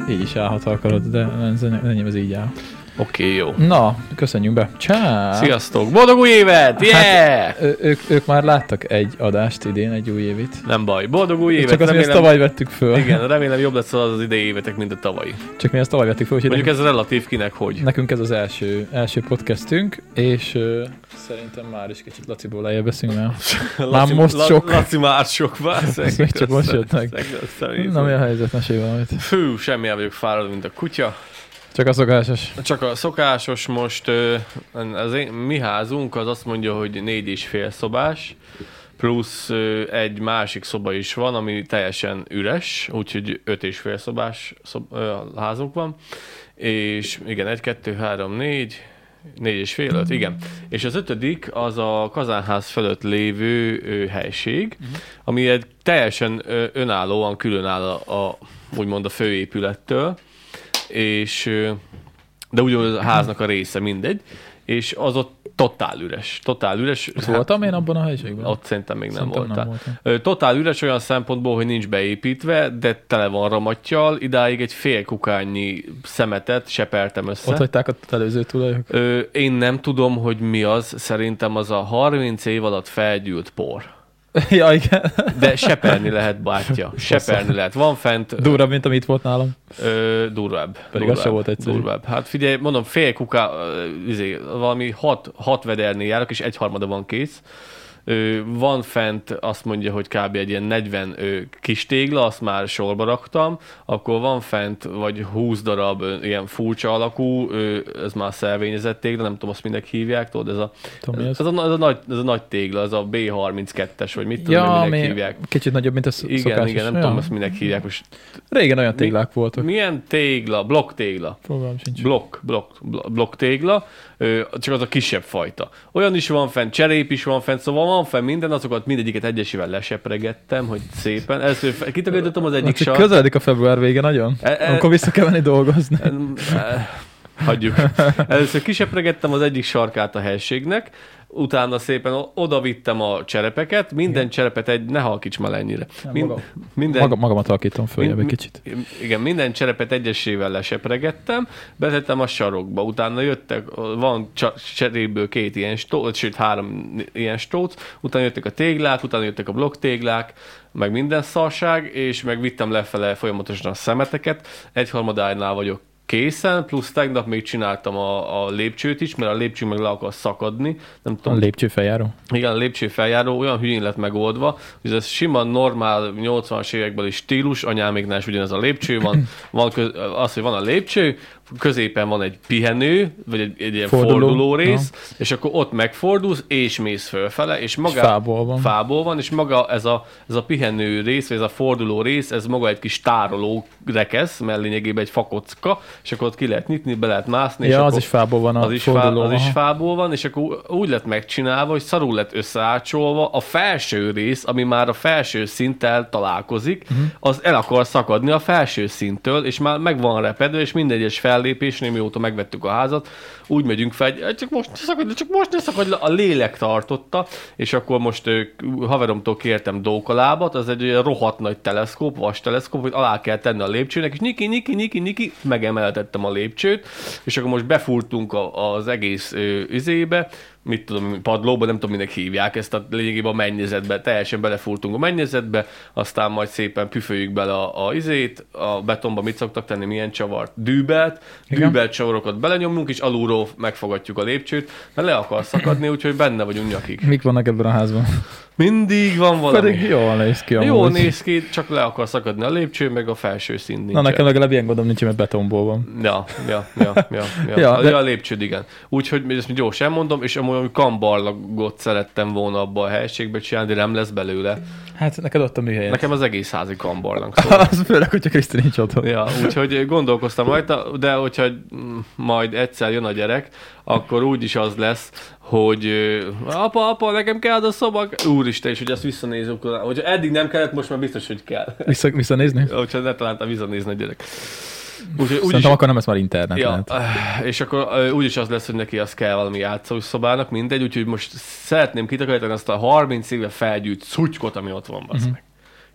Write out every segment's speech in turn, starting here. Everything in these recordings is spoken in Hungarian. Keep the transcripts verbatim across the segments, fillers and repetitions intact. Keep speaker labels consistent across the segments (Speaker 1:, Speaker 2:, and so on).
Speaker 1: Így is állhat, ha akarod, de enyém ez így áll.
Speaker 2: Oké, okay, jó.
Speaker 1: Na, köszönjünk be. Csá!
Speaker 2: Sziasztok! Boldog új évet! Yeah!
Speaker 1: Hát, ő, ők, ők már láttak egy adást idén, egy új évit.
Speaker 2: Nem baj. Boldog új évet!
Speaker 1: Csak azt, remélem, mi ezt tavaly vettük föl.
Speaker 2: Igen, remélem jobb lesz az az idei évetek, mint a tavalyi.
Speaker 1: Csak mi ezt tavaly vettük föl.
Speaker 2: Mondjuk nekünk, ez relatív kinek, hogy.
Speaker 1: Nekünk ez az első, első podcastünk, és uh, szerintem már is kicsit Laciból lejjebb beszünk, mert
Speaker 2: Laci,
Speaker 1: már most sok.
Speaker 2: Laci már sok már.
Speaker 1: Ezt még csak most jött meg. Na, mi a helyzet? Mesélj valamit.
Speaker 2: Fű, semmi vagyok fáradva, mint a kutya.
Speaker 1: Csak a szokásos.
Speaker 2: Csak a szokásos most, az én, mi házunk az azt mondja, hogy négy és fél szobás, plusz egy másik szoba is van, ami teljesen üres, úgyhogy öt és fél szobás szob, házunk van, és igen, egy, kettő, három, négy, négy és fél, öt, igen. És az ötödik az a Kazánház fölött lévő helység, uh-huh. ami egy teljesen önállóan különáll a, a úgymond a főépülettől, és, de ugyanúgy a háznak a része, mindegy, és az ott totál üres. Totál üres.
Speaker 1: Hát, voltam én abban a helyiségben?
Speaker 2: Ott szerintem még
Speaker 1: szerintem
Speaker 2: nem voltál.
Speaker 1: Nem voltam.
Speaker 2: Totál üres olyan szempontból, hogy nincs beépítve, de tele van ramattyal, idáig egy fél kukányi szemetet sepertem össze.
Speaker 1: Ott hagyták az előző tulajok?
Speaker 2: Én nem tudom, hogy mi az, szerintem az a harminc év alatt felgyűlt por.
Speaker 1: Ja, igen.
Speaker 2: De seperni lehet, bátyja. Seperni lehet. Van fent...
Speaker 1: Durvább, mint amit volt nálam.
Speaker 2: Ö, durvább.
Speaker 1: Pedig az sem volt egyszerű.
Speaker 2: Durvább. Hát figyelj, mondom, fél kuká, izé, valami hat, hat vedernél járok, és egyharmada van kész. Ö, van fent, azt mondja, hogy kb. Egy ilyen negyven ö, kis tégla, azt már sorba raktam, akkor van fent vagy húsz darab ö, ilyen furcsa alakú, ö, ez már szelvényezett tégla, nem tudom, azt minek hívják, tudod, ez a,
Speaker 1: tudom,
Speaker 2: ez, ez, a, ez, a nagy, ez a nagy tégla, ez a bé harminckettes, vagy mit tudom,
Speaker 1: ja,
Speaker 2: minek hívják.
Speaker 1: Kicsit nagyobb, mint a szokásos.
Speaker 2: Igen, igen, nem
Speaker 1: ja.
Speaker 2: tudom, azt minek hívják. Most
Speaker 1: régen olyan téglák
Speaker 2: mi,
Speaker 1: voltak.
Speaker 2: Milyen tégla? Blokk tégla.
Speaker 1: Fogalmam sincs.
Speaker 2: Blokk, blokk, blokk tégla, csak az a kisebb fajta. Olyan is van fent, cserép is van fent, szóval van fent minden, azokat mindegyiket egyesével lesepregettem, hogy szépen. Először kitakarítottam az egyik sarkát.
Speaker 1: Közeledik a február vége nagyon, e, e, amikor vissza kell menni dolgozni.
Speaker 2: E, e, hagyjuk. Először kisepregettem az egyik sarkát a helységnek, utána szépen oda vittem a cserepeket, minden igen. cserepet egy, ne halkíts már ennyire. Mind,
Speaker 1: maga,
Speaker 2: minden,
Speaker 1: maga, magamat halkítom följebb egy kicsit.
Speaker 2: Igen, minden cserepet egyesével lesepregettem, betettem a sarokba, utána jöttek, van cseréből két ilyen stóc, sőt három ilyen stóc, utána jöttek a téglák, utána jöttek a blokktéglák, meg minden szarság, és meg vittem lefele folyamatosan a szemeteket, egyharmadánál vagyok készen, plusz tegnap még csináltam a, a lépcsőt is, mert a lépcső meg le akar szakadni. Nem tudom.
Speaker 1: A lépcsőfeljáró?
Speaker 2: Igen, a lépcsőfeljáró olyan hülyén lett megoldva, hogy ez sima, normál nyolcvanas évekbeli stílus, anyáméknál is ugyanez a lépcső van, van köz, az, hogy van a lépcső, középen van egy pihenő, vagy egy, egy ilyen forduló, forduló rész, no. és akkor ott megfordulsz, és mész fölfele, és maga...
Speaker 1: És fából van.
Speaker 2: Fából van, és maga ez a, ez a pihenő rész, vagy ez a forduló rész, ez maga egy kis tároló rekesz, mert lényegében egy fakocka, és akkor ott ki lehet nyitni, be lehet mászni.
Speaker 1: Ja,
Speaker 2: és
Speaker 1: az
Speaker 2: akkor
Speaker 1: is fából van a
Speaker 2: az is
Speaker 1: forduló.
Speaker 2: Fá, az is fából van, és akkor úgy lett megcsinálva, hogy szarul lett összeácsolva, a felső rész, ami már a felső szinttel találkozik, uh-huh. az el akar szakadni a felső szinttől, és már meg van repedve, és minden egyes fellépésnél, mióta megvettük a házat, úgy megyünk fel, csak most ne szakadj, csak most ne szakadj, a lélek tartotta, és akkor most haveromtól kértem dókalábat, az egy rohadt nagy teleszkóp, vas teleszkóp, hogy alá kell tenni a lépcsőnek, és niki, niki, niki, niki, megemeltettem a lépcsőt, és akkor most befúrtunk a, az egész ö, izébe, mit tudom, padlóba, nem tudom, minek hívják ezt, a lényegében a mennyezetbe, teljesen belefúrtunk a mennyezetbe, aztán majd szépen püföljük bele a, a izét, a betonba mit szoktak tenni, milyen csavart, dűbelt, igen. dűbelt csavarokat belenyomunk, és alulról megfogatjuk a lépcsőt, mert le akar szakadni, úgyhogy benne vagyunk nyakig.
Speaker 1: Mik vannak ebben a házban?
Speaker 2: Mindig van valami.
Speaker 1: Pedig jól néz ki.
Speaker 2: Jól amúgy. néz ki, csak le akar szakadni a lépcső, meg a felső szint nincs.
Speaker 1: Na nekem legalább ilyen gondom nincs, mert betonból van.
Speaker 2: Ja, ja, ja, ja. ja. ja, de... a lépcsőd, igen. Úgyhogy ezt gyorsan mondom, és amúgy kambarlagot szerettem volna abba a helységbe csinálni, de nem lesz belőle.
Speaker 1: Hát neked ott a műhelyet.
Speaker 2: Nekem az egész házi kambarlang. Szóval.
Speaker 1: Az főleg, hogyha Kriszti nincs otthon.
Speaker 2: Ja, úgyhogy gondolkoztam rajta, de hogyha majd egyszer jön a gyerek, akkor úgyis az lesz, hogy apa, apa, nekem kell az a szoba. Úristen, és hogy ezt visszanézzük. Hogyha eddig nem kellett, most már biztos, hogy kell.
Speaker 1: Vissza, visszanézni?
Speaker 2: Hogyha ne találtam visszanézni a gyerek.
Speaker 1: Úgy, Szerintem úgyis, akkor nem lesz már internet.
Speaker 2: Ja, és akkor úgyis az lesz, hogy neki az kell valami játszós szobának, mindegy, úgyhogy most szeretném kitakarítani azt a harminc éve felgyűjt szutykot, ami ott van, uh-huh.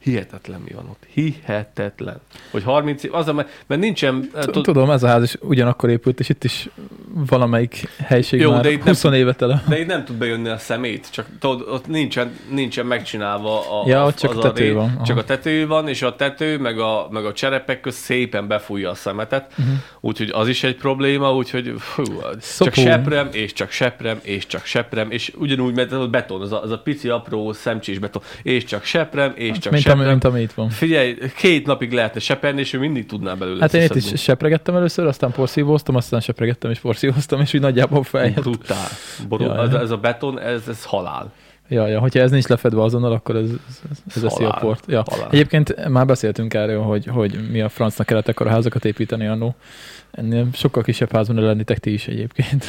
Speaker 2: hihetetlen mi van ott. Hihetetlen. Hogy harminc év, az a, mert nincsen...
Speaker 1: Tudom, ez a ház is ugyanakkor épült, és itt is valamelyik helység jó, már húsz éve tele.
Speaker 2: De itt nem tud bejönni a szemét, csak tudod, ott nincsen, nincsen megcsinálva a,
Speaker 1: ja,
Speaker 2: a,
Speaker 1: ott csak a tető ré, van.
Speaker 2: Csak a tető van, és a tető, meg a, meg a cserepek közt szépen befújja a szemetet, uh-huh. úgyhogy az is egy probléma, úgyhogy fú, csak seprem, és csak seprem, és csak seprem, és ugyanúgy, mert a beton, az a, az a pici, apró szemcsés beton, és csak seprem, és csak
Speaker 1: mint
Speaker 2: seprem.
Speaker 1: Ami, mint ami itt van.
Speaker 2: Figyelj, két napig lehetne seperni, és ő mindig tudná belőle.
Speaker 1: Hát én itt is sepregettem először, aztán porszívóztam, aztán sepregettem és porszívóztam, és úgy nagyjából feljött.
Speaker 2: Brutál. Borul, ja, az, ez a beton, ez, ez halál.
Speaker 1: Ja, ja, hogyha ez nincs lefedve azonnal, akkor ez, ez, ez eszi a port. Ja. Egyébként már beszéltünk erről, hogy, hogy mi a francnak kellett ekkor a házakat építeni annó. Ennél sokkal kisebb házban lennétek ti is egyébként.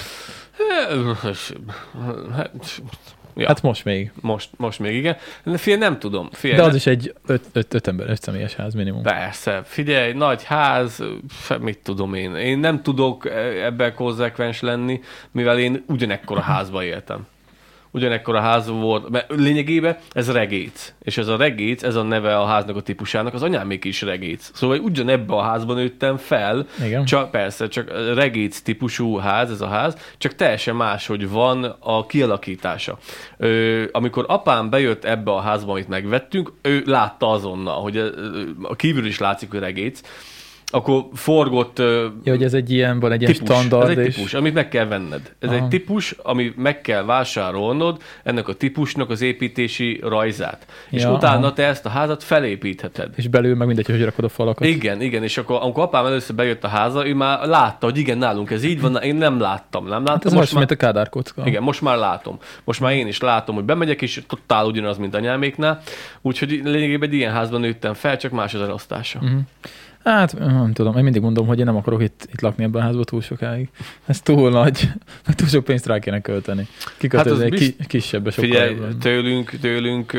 Speaker 1: Ja. Hát most még.
Speaker 2: Most, most még, igen. De figyelj, nem tudom. Figyelj,
Speaker 1: de az
Speaker 2: ne...
Speaker 1: is egy öt, öt, öt ember, öt személyes ház minimum.
Speaker 2: Persze. Figyelj, nagy ház, mit tudom én. Én nem tudok ebben konzekvens lenni, mivel én ugyanekkor a házba éltem. Ugyanekkor a ház volt, mert lényegében ez regéc. És ez a regéc, ez a neve a háznak a típusának, az anyámék is regéc. Szóval ugyanebben a házban nőttem fel,
Speaker 1: igen.
Speaker 2: Csak persze, csak regéc típusú ház, ez a ház, csak teljesen más, hogy van a kialakítása. Ö, amikor apám bejött ebbe a házba, amit megvettünk, ő látta azonnal, hogy a kívül is látszik, hogy regéc, akkor forgott...
Speaker 1: Ja, hogy ez egy ilyen, van egy típus, ilyen standard.
Speaker 2: Ez egy típus, amit meg kell venned. Ez Aha. egy típus, ami meg kell vásárolnod, ennek a típusnak az építési rajzát. Ja, és utána aha. te ezt a házat felépítheted.
Speaker 1: És belül meg mindegy, hogy rakod a falakat.
Speaker 2: Igen, igen, és akkor amikor apám először bejött a háza, ő már látta, hogy igen, nálunk ez így van, én nem láttam, nem láttam. Hát
Speaker 1: ez most már, mint a kádárkocka.
Speaker 2: Igen, most már látom. Most már én is látom, hogy bemegyek, és totál ugyanaz, mint anyáméknál. Úgyhogy lényegében egy ilyen házban nőttem fel, csak más az elosztása. Uh-huh.
Speaker 1: Hát, nem tudom, én mindig mondom, hogy én nem akarok itt, itt lakni ebben a házban túl sokáig. Ez túl nagy, meg túl sok pénzt rá kéne költeni. Kikötözni hát egy bizt... kisebbe sokkal.
Speaker 2: Figyelj, tőlünk, tőlünk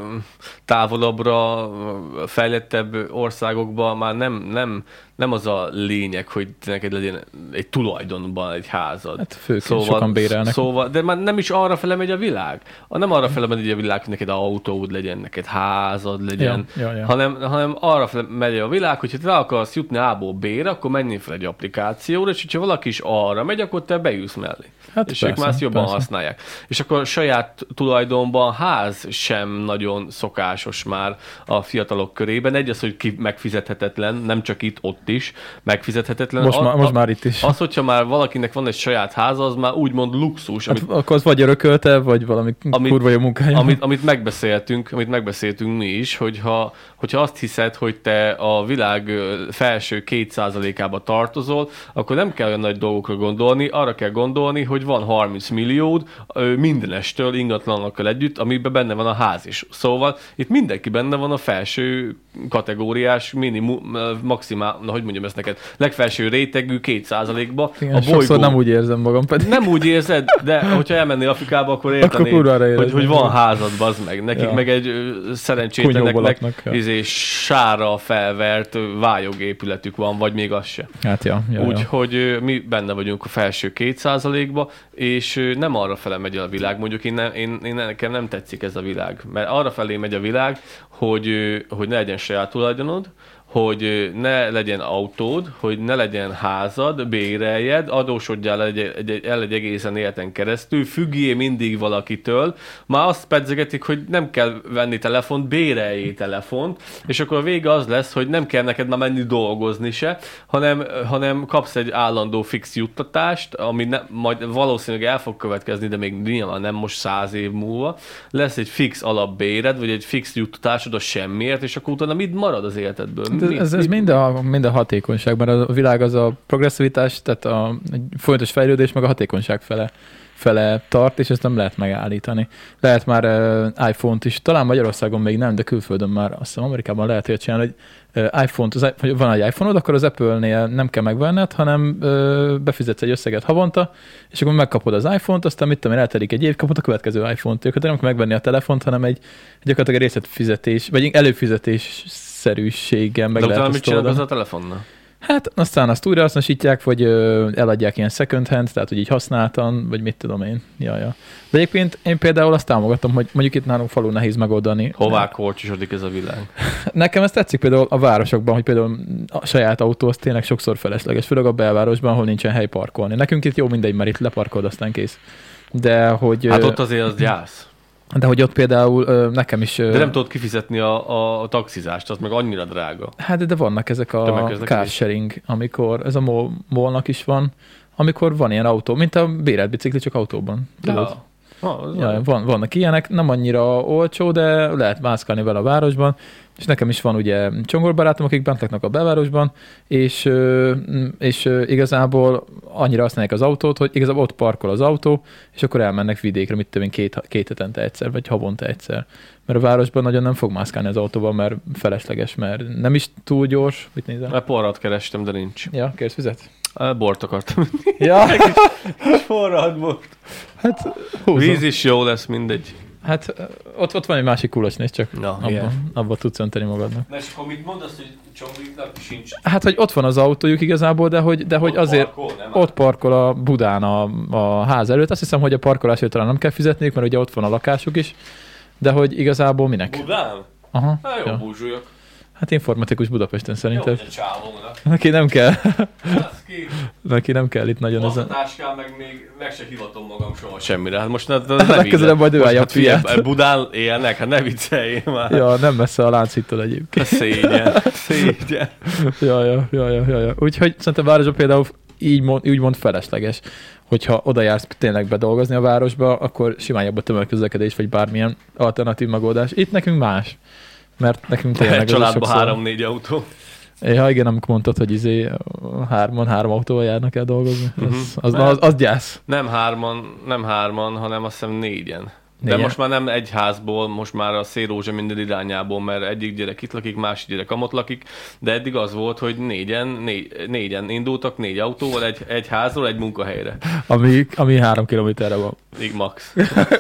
Speaker 2: távolabbra, fejlettebb országokban már nem, nem, nem az a lényeg, hogy neked legyen egy tulajdonban egy házad.
Speaker 1: Hát főként szóval, sokan bérelnek.
Speaker 2: Szóval, de már nem is arra fele megy a világ. Nem arra fele megy a világ, hogy neked autód legyen, neked házad legyen,
Speaker 1: ja, ja, ja.
Speaker 2: Hanem, hanem arra fele megy a világ, hogy ha te akarsz jutni A-ból B-re, akkor menjél fel egy applikációra, és ha valaki is arra megy, akkor te beülsz mellé. Hát és persze, ők már ezt jobban persze. használják. És akkor saját tulajdonban ház sem nagyon szokásos már a fiatalok körében. Egy az, hogy ki megfizethetetlen, nem csak itt, ott is megfizethetetlen.
Speaker 1: Most,
Speaker 2: a,
Speaker 1: már, most már itt is.
Speaker 2: Az, hogyha már valakinek van egy saját háza, az már úgymond luxus.
Speaker 1: Hát, amit, akkor az vagy örökölte, vagy valami amit, kurva jó munkája.
Speaker 2: Amit, amit megbeszéltünk, amit megbeszéltünk mi is, hogyha, hogyha azt hiszed, hogy te a világ felső két százalékába tartozol, akkor nem kell olyan nagy dolgokra gondolni, arra kell gondolni, hogy van harminc milliód mindenestől ingatlanokkal együtt, amiben benne van a ház is. Szóval itt mindenki benne van a felső kategóriás, minimum, maximál, na hogy mondjam ezt neked, legfelső rétegű két százalékba.
Speaker 1: Igen, a bolygó. Nem úgy érzem magam pedig.
Speaker 2: Nem úgy érzed, de hogyha elmennél Afrikába, akkor értenéd, akkor hogy, hogy van házad, bazd meg. Nekik ja. meg egy szerencsétleneknek izé sára felvert vályogépületük van, vagy még az se.
Speaker 1: Hát ja. ja
Speaker 2: Úgyhogy
Speaker 1: ja.
Speaker 2: mi benne vagyunk a felső két százalékba, és nem arra fele megy a világ. Mondjuk én, nem, én, én nekem nem tetszik ez a világ, mert arra felé megy a világ, hogy, hogy ne legyen saját tulajdonod, hogy ne legyen autód, hogy ne legyen házad, béreljed, adósodjál egy, egy, el egy egészen életen keresztül, függjél mindig valakitől. Már azt pedzegetik, hogy nem kell venni telefont, béreljél telefont, és akkor a vége az lesz, hogy nem kell neked már menni dolgozni se, hanem, hanem kapsz egy állandó fix juttatást, ami ne, majd valószínűleg el fog következni, de még nyilván nem most száz év múlva. Lesz egy fix alapbéred, vagy egy fix juttatásod a semmiért, és akkor utána mit marad az életedből?
Speaker 1: Ez, ez, ez mind, a, mind a hatékonyság, mert a világ az a progresszivitás, tehát a folyamatos fejlődés, meg a hatékonyság fele, fele tart, és ezt nem lehet megállítani. Lehet már uh, iPhone-t is, talán Magyarországon még nem, de külföldön már, azt hiszem Amerikában lehet ilyet csinálni, hogy uh, iPhone-t, az, hogy van egy iPhone-od, akkor az Apple-nél nem kell megvenned, hanem uh, befizetsz egy összeget havonta, és akkor megkapod az iPhone-t, aztán mit tudom én, eltelik egy év, kapod a következő iPhone-t. Őket nem kell megvenni a telefont, hanem egy gyakorlatilag egy részletfizetés, vagy előfizetés szerűséggel meg
Speaker 2: de
Speaker 1: lehet
Speaker 2: mit csinálok az a telefonnal?
Speaker 1: Hát aztán azt újra hasznosítják, vagy ö, eladják ilyen second hand, tehát hogy így használtan, vagy mit tudom én. Ja, ja. De egyébként én például azt támogatom, hogy mondjuk itt nálunk falu nehéz megoldani.
Speaker 2: Hová korcsosodik ez a világ?
Speaker 1: Nekem ez tetszik például a városokban, hogy például a saját autó az tényleg sokszor felesleges, főleg a belvárosban, ahol nincsen hely parkolni. Nekünk itt jó mindegy, mert itt leparkolod, aztán kész. De hogy...
Speaker 2: Hát ott azért az gyász.
Speaker 1: De hogy ott például ö, nekem is... Ö,
Speaker 2: de nem tudod kifizetni a, a, a taxizást, az meg annyira drága.
Speaker 1: Hát de vannak ezek a car sharing, amikor, ez a MOL-nak is van, amikor van ilyen autó, mint a bérelt bicikli, csak autóban. Tudod?
Speaker 2: Ja. Ah,
Speaker 1: ja, van, vannak ilyenek, nem annyira olcsó, de lehet mászkálni vele a városban, és nekem is van ugye csongorbarátom, akik bent laknak a belvárosban, és, és igazából annyira használják az autót, hogy igazából ott parkol az autó, és akkor elmennek vidékre, mit tudom én, két, két hetente egyszer, vagy havonta egyszer. Mert a városban nagyon nem fog mászkálni az autóban, mert felesleges, mert nem is túl gyors. Mit nézel?
Speaker 2: Mert porrat kerestem, de nincs.
Speaker 1: Ja, kérsz vizet?
Speaker 2: Bort akartam.
Speaker 1: Ja.
Speaker 2: Forrad bort.
Speaker 1: Hát, húzom.
Speaker 2: Víz is jó lesz, mindegy.
Speaker 1: Hát ott, ott van egy másik kulos, nézd csak.
Speaker 2: Na,
Speaker 1: abban, abba tudsz önteni magadnak.
Speaker 2: Na és akkor mit mondasz, hogy Csongliknak sincs?
Speaker 1: Hát, hogy ott van az autójuk igazából, de hogy, de hogy
Speaker 2: ott
Speaker 1: azért
Speaker 2: parkol,
Speaker 1: ott parkol a Budán a, a ház előtt. Azt hiszem, hogy a parkolásért talán nem kell fizetniük, mert ugye ott van a lakásuk is. De hogy igazából minek?
Speaker 2: Budán?
Speaker 1: Aha.
Speaker 2: Hát jó,
Speaker 1: Ja.
Speaker 2: búzsuljak.
Speaker 1: Hát informatikus Budapesten szerintem.
Speaker 2: Jó, hogy a csávónak.
Speaker 1: Neki nem kell.
Speaker 2: Hát ki?
Speaker 1: Neki nem kell itt nagyon
Speaker 2: Az a
Speaker 1: ezen.
Speaker 2: táskám, meg még meg se hivatom magam soha semmire. Hát most ne, ne, ne
Speaker 1: Legközelebb majd ő állja a fiát.
Speaker 2: Budán élnek, hát ne vicceljél már.
Speaker 1: Ja, nem messze a Lánchittól egyébként.
Speaker 2: Szégyen, szégyen.
Speaker 1: Ja, ja, ja, ja, ja, ja. Úgyhogy szerintem a városban például így mond, úgy mond felesleges, hogyha oda jársz tényleg bedolgozni a városba, akkor simán jobb a tömegközlekedés, vagy bármilyen alternatív megoldás. Itt nekünk más, mert nekünk tényleg...
Speaker 2: Családban három-négy autó.
Speaker 1: Ja, igen, amikor mondtad, hogy izé hárman, három autóval járnak el dolgozni.
Speaker 2: Uh-huh.
Speaker 1: Az, az, az, az gyász.
Speaker 2: Nem hárman, nem hárman, hanem azt hiszem négyen. De
Speaker 1: Négyen?
Speaker 2: most már nem egy házból, most már a szélrózsa minden irányából, mert egyik gyerek itt lakik, másik gyerek amott lakik, de eddig az volt, hogy négyen, négy, négyen indultak, négy autóval, egy, egy házról, egy munkahelyre.
Speaker 1: Ami, ami három kilométerre van.
Speaker 2: Így max.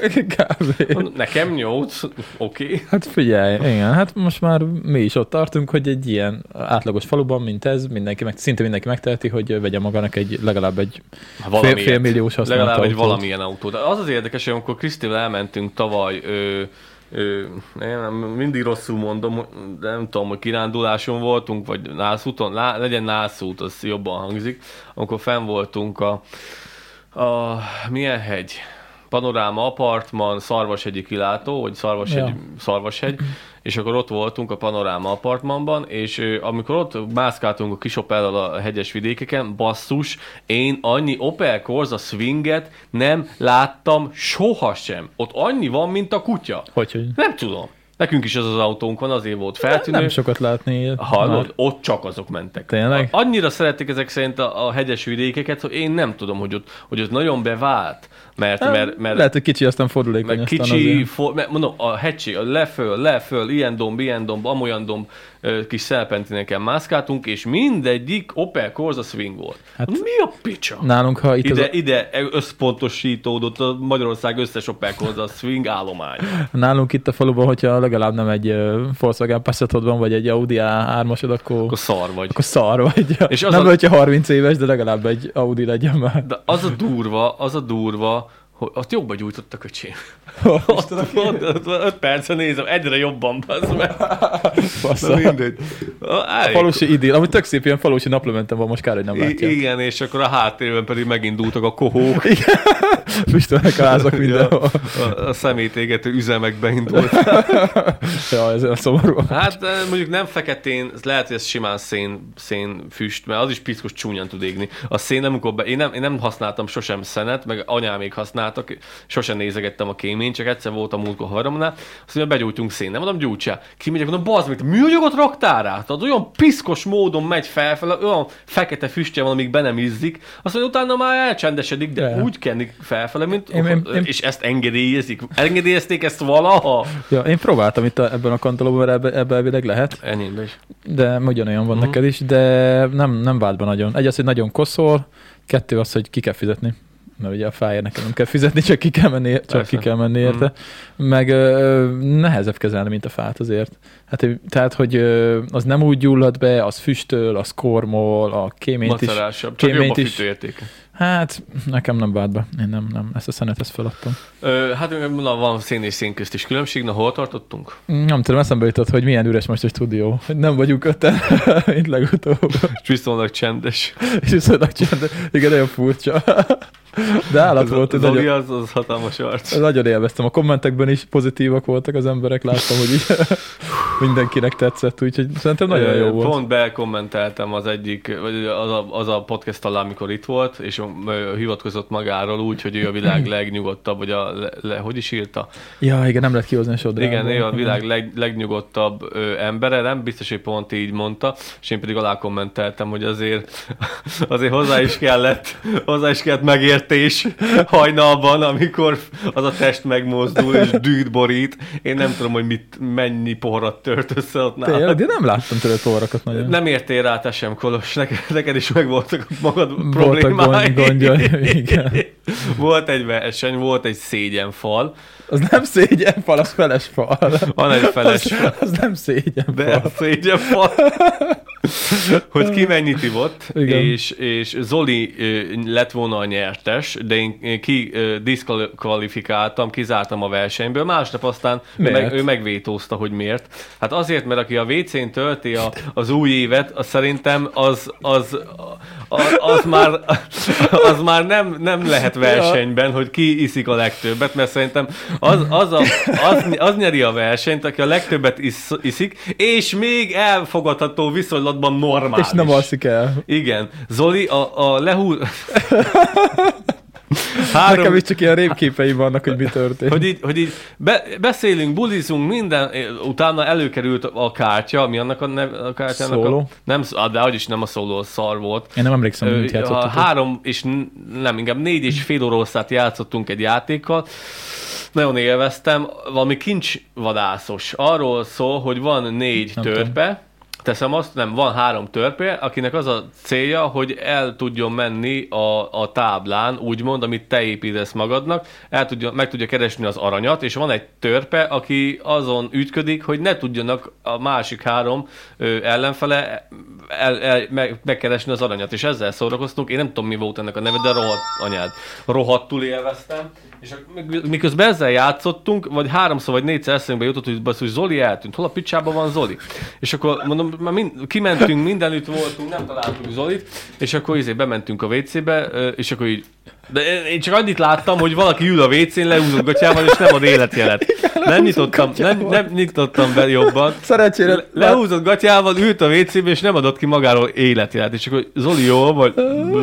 Speaker 1: Kb.
Speaker 2: Nekem nyolc, oké. Okay.
Speaker 1: Hát figyelj, igen, hát most már mi is ott tartunk, hogy egy ilyen átlagos faluban, mint ez, mindenki meg, szinte mindenki megteheti, hogy vegye magának egy legalább egy fél, félmilliós használt
Speaker 2: legalább
Speaker 1: autót.
Speaker 2: egy valamilyen autó. De az az érdekes, hogy amikor Krisztivel elmentünk tavaly, ö, ö, én mindig rosszul mondom, de nem tudom, hogy kiránduláson voltunk, vagy nászúton, lá, legyen nászút, az jobban hangzik, amikor fenn voltunk a, a milyen hegy? Panoráma Apartman, Szarvashegyi kilátó, vagy Szarvashegy,
Speaker 1: Ja.
Speaker 2: Szarvashegy, és akkor ott voltunk a Panoráma Apartmanban, és ö, amikor ott mászkáltunk a kis Opellal a hegyes vidékeken, basszus, én annyi Opel Corsa swinget nem láttam sohasem. Ott annyi van, mint a kutya.
Speaker 1: Hogy, hogy?
Speaker 2: Nem tudom. Nekünk is az az autónk van, azért volt feltűnő.
Speaker 1: Nem sokat látni ilyet.
Speaker 2: Hallod?
Speaker 1: Már.
Speaker 2: Ott csak azok mentek.
Speaker 1: Tényleg?
Speaker 2: Annyira szeretik ezek szerint a, a hegyes vidékeket, hogy én nem tudom, hogy ott, hogy ott nagyon bevált. Mert, mert, mert,
Speaker 1: Lehet, hogy kicsi, aztán fordulékony.
Speaker 2: mert
Speaker 1: aztán
Speaker 2: kicsi, for, mert mondom, a hegység, a leföl, leföl, ilyen domb, ilyen domb, amolyan domb, ö, kis szelpentineken mászkáltunk, és mindegyik Opel Corsa swing volt. Hát, mi a picsa?
Speaker 1: Nálunk, ha itt
Speaker 2: Ide,
Speaker 1: az,
Speaker 2: ide összpontosítódott a Magyarország összes Opel Corsa swing állomány.
Speaker 1: nálunk itt a faluban, hogyha legalább nem egy uh, Volkswagen Passatod van, vagy egy Audi á hármasod, akkor,
Speaker 2: Akkor szar vagy.
Speaker 1: akkor szar vagy.
Speaker 2: És az
Speaker 1: nem
Speaker 2: a-
Speaker 1: vagy, hogyha harminc éves, de legalább egy Audi legyen már.
Speaker 2: De az a durva, az a durva, hogy ott jobban gyújtott a köcsém. Ott, ott, ott, ott, öt percen nézem, egyre jobban, bazd meg.
Speaker 1: Bassza.
Speaker 2: Na mindegy.
Speaker 1: A falusi idill, ami tök szép, ilyen falusi naplementen van, most kár, hogy nem
Speaker 2: I-
Speaker 1: látják.
Speaker 2: igen, és akkor a háttérben pedig megindultak a kohók.
Speaker 1: Füstölnek a házak mindenhol.
Speaker 2: A, a szemétégető üzemek beindult.
Speaker 1: Ja, ez a szomorú.
Speaker 2: Hát de mondjuk nem feketén, ez lehet, hogy ez simán szén, szén füst, mert az is piszkos csúnyan tud égni. A szén, amikor be, én, nem, én nem használtam sosem szenet, meg anyámék használtak, sosem nézegettem a kéményt, csak egyszer voltam múltkor haveromnál, azt mondja, begyújtunk szén, nem mondom, gyújtsál. Kimegyek, mondom, bazd meg, műanyagot raktál rá? Tehát olyan piszkos módon megy felfele, olyan fekete füstje van, amíg be nem izzik, azt mondja, utána már elcsendesedik, de
Speaker 1: Ja.
Speaker 2: úgy kennik felfele, mint,
Speaker 1: Én- én- én-
Speaker 2: és ezt engedélyezik. Engedélyezték ezt valaha?
Speaker 1: Ja, én próbáltam itt a, ebben a kantolóban, mert ebbe, ebbe elvileg lehet,
Speaker 2: Enyémbe is.
Speaker 1: de ugyanolyan van
Speaker 2: Mhm.
Speaker 1: neked is, de nem, nem vált be nagyon. Egy az, hogy nagyon koszol, kettő az, hogy ki kell fizetni. mert ugye a fájért nekem nem kell fizetni, csak ki kell menni, csak ki kell menni érte. Mm. Meg ö, nehezebb kezelni, mint a fát azért. Hát, tehát, hogy ö, az nem úgy gyullad be, az füstöl, az kormol, a kéményt is.
Speaker 2: Macerásabb, csak jobb a fűtőértéke.
Speaker 1: Hát, nekem nem vált be. Én nem, nem. Ezt a szenet, ezt feladtam.
Speaker 2: Ö, hát na, van szén és szín közt is különbség. Na, hol tartottunk?
Speaker 1: Nem tudom, eszembe jutott, hogy milyen üres most a stúdió. Hogy nem vagyunk öten, mint legutóbb.
Speaker 2: És viszonylag csendes.
Speaker 1: És viszonylag csendes. Igen, nagyon furcsa. De állat
Speaker 2: az,
Speaker 1: volt.
Speaker 2: Az,
Speaker 1: nagyon,
Speaker 2: az, az hatalmas arc.
Speaker 1: Nagyon élveztem. A kommentekben is pozitívak voltak az emberek. Láttam, hogy így mindenkinek tetszett. Úgyhogy szerintem nagyon jó volt.
Speaker 2: Pont bekommenteltem az egyik, az a, az a podcast alá, amikor itt volt, és hivatkozott magáról úgy, hogy ő a világ legnyugodtabb, vagy a, le, le, hogy is írta?
Speaker 1: Ja, igen, nem lehet kihozni a sodrából.
Speaker 2: Igen, ő a világ leg, legnyugodtabb ö, embere, nem biztos, hogy pont így mondta, és én pedig alá kommenteltem, hogy azért, azért hozzá is kellett, hozzá is kellett megértés hajnalban, amikor az a test megmozdul és dűt borít. Én nem tudom, hogy mit, mennyi poharat tört össze ott nálam.
Speaker 1: Tényleg, de nem láttam tőle poharakat nagyon.
Speaker 2: Nem értél rá, te sem, Kolos. Neked, neked is megvoltak magad problémái.
Speaker 1: Gondjai, igen.
Speaker 2: Volt egy verseny, volt egy szégyenfal.
Speaker 1: Az nem szégyenfal, az felesfal.
Speaker 2: Van egy feles.
Speaker 1: Az, az nem szégyenfal.
Speaker 2: De szégyenfal. Hogy ki mennyit ivott, és, és Zoli lett volna a nyertes, de én ki diszkvalifikáltam, kizártam a versenyből. Másnap aztán ő, meg, ő megvétózta, hogy miért. Hát azért, mert aki a vé cén tölti a, az új évet, az szerintem az, az, az, az már, az már nem, nem lehet versenyben, hogy ki iszik a legtöbbet, mert szerintem az, az, a, az, az nyeri a versenyt, aki a legtöbbet isz, iszik, és még elfogadható viszonylatban normális.
Speaker 1: És nem alszik el.
Speaker 2: Igen. Zoli, a, a lehúz... Három...
Speaker 1: Nekem is csak ilyen rémképeim vannak, hogy mi történt.
Speaker 2: Hogy így, hogy így be, beszélünk, bulizunk, minden, utána előkerült a kártya, mi annak a, nev, a kártyának?
Speaker 1: Szóló?
Speaker 2: A, nem, de hogy is nem a szóló, a szar volt.
Speaker 1: Én nem emlékszem, hogy mit játszottuk.
Speaker 2: Három, és nem, inkább négy és fél óraosztát játszottunk egy játékkal. Nagyon élveztem, valami kincsvadászos. Arról szól, hogy van négy nem törpe, tudom. Teszem azt, nem, van három törpe, akinek az a célja, hogy el tudjon menni a, a táblán, úgymond, amit te építesz magadnak, el tudja, meg tudja keresni az aranyat, és van egy törpe, aki azon ütködik, hogy ne tudjanak a másik három ö, ellenfele el, el, meg, megkeresni az aranyat, és ezzel szórakoztunk. Én nem tudom, mi volt ennek a neve, de rohadt anyád. Rohadtul élveztem. És miközben ezzel játszottunk, vagy háromszor vagy négyszer eszünkbe jutott, hogy, hogy Zoli eltűnt. Hol a picsában van Zoli? És akkor mondom, már mind, kimentünk, mindenütt voltunk, nem találtuk Zolit, és akkor izé bementünk a vé cébe, és akkor így de én csak annyit láttam, hogy valaki ül a vé cén, lehúzott gatyával, és nem ad életjelet. Nem nyitottam, nem, nem nyitottam be jobban.
Speaker 1: Szerencsére. Le,
Speaker 2: lehúzott gatyával, ült a vé cébe, és nem adott ki magáról életjelet. És akkor Zoli jó, vagy...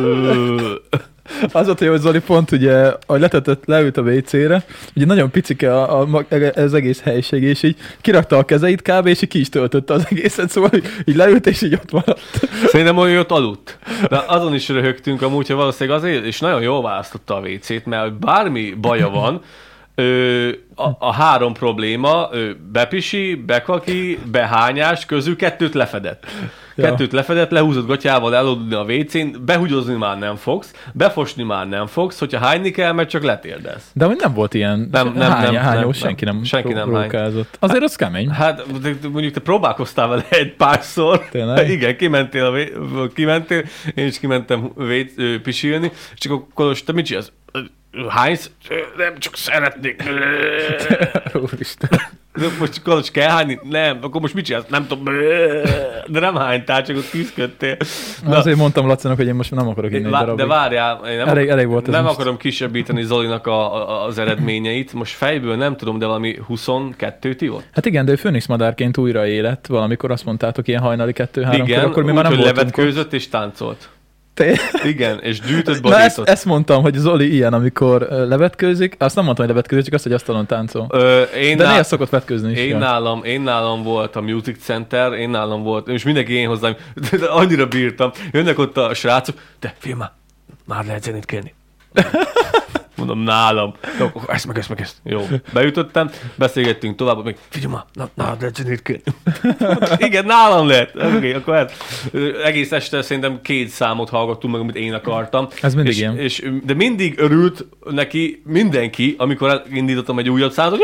Speaker 1: Az volt, hogy Zoli pont ugye, ahogy letetett, leült a vé cére, ugye nagyon picike a, a, az egész helység, és így kirakta a kezeit kb. És így ki is töltötte az egészet, szóval így, így leült, és így ott maradt.
Speaker 2: Szerintem hogy ott aludt. De azon is röhögtünk amúgy, hogy valószínűleg azért, és nagyon jól választotta a vé cét, mert bármi baja van, Ö, a, a három probléma, ö, bepisi, bekaki, behányás közül kettőt lefedett. Ja. Kettőt lefedett, lehúzott gatyával elodulni a vé cén, behugyozni már nem fogsz, befosni már nem fogsz, hogyha hányni kell, mert csak letérdesz.
Speaker 1: De hogy nem volt ilyen
Speaker 2: nem, nem,
Speaker 1: hány,
Speaker 2: nem,
Speaker 1: hányó,
Speaker 2: nem,
Speaker 1: senki nem,
Speaker 2: senki nem
Speaker 1: rókázott. Azért az kemény.
Speaker 2: Hát mondjuk te próbálkoztál vele egy párszor.
Speaker 1: Tényleg?
Speaker 2: Igen, kimentél, a vé, kimentél, én is kimentem vé, pisilni, és csak akkor te mit csinálsz? Hánysz? Nem, csak szeretnék.
Speaker 1: Úristen.
Speaker 2: Most Kolos kell hányni? Nem. Akkor most mit csinálsz? Nem tudom. De nem hánytál, csak ott küzdködtél.
Speaker 1: Azért mondtam Lacinak, hogy én most nem akarok inni egy darabig.
Speaker 2: De várjál, én nem,
Speaker 1: elég, elég volt
Speaker 2: nem
Speaker 1: most.
Speaker 2: akarom kisebbíteni Zolinak a, a, az eredményeit. Most fejből nem tudom, de valami huszonkettőt ivott?
Speaker 1: Hát igen, de ő Főnix madárként újra élet. Valamikor azt mondtátok, ilyen hajnali kettő-háromkor.
Speaker 2: Igen,
Speaker 1: akkor mi
Speaker 2: úgy,
Speaker 1: már nem
Speaker 2: hogy
Speaker 1: voltunk
Speaker 2: levetkőzött és táncolt.
Speaker 1: Té-
Speaker 2: Igen, és gyűjtött,
Speaker 1: borított. Na ezt,
Speaker 2: borított.
Speaker 1: ezt mondtam, hogy Zoli ilyen, amikor levetkőzik, azt nem mondtam, hogy levetkőzik, csak azt, hogy asztalon táncol.
Speaker 2: Ö, én
Speaker 1: De
Speaker 2: nál...
Speaker 1: néha szokott vetkőzni is.
Speaker 2: Én
Speaker 1: ja.
Speaker 2: nálam, én nálam volt a Music Center, én nálam volt, és mindenki én hozzám, de annyira bírtam. Jönnek ott a srácok, de figyelj már, már lehet zenét kérni. Mondom, nálam. Jó, ezt meg, ezt meg, ezt. Jó. Beütöttem, beszélgettünk tovább, még figyelj már, na, na, de csinálj. Igen, nálam lett. Okay, akkor hát, egész este szerintem két számot hallgattunk meg, amit én akartam.
Speaker 1: Ez mindig
Speaker 2: és,
Speaker 1: ilyen.
Speaker 2: És, de mindig örült neki mindenki, amikor indítottam egy újabb számot, hogy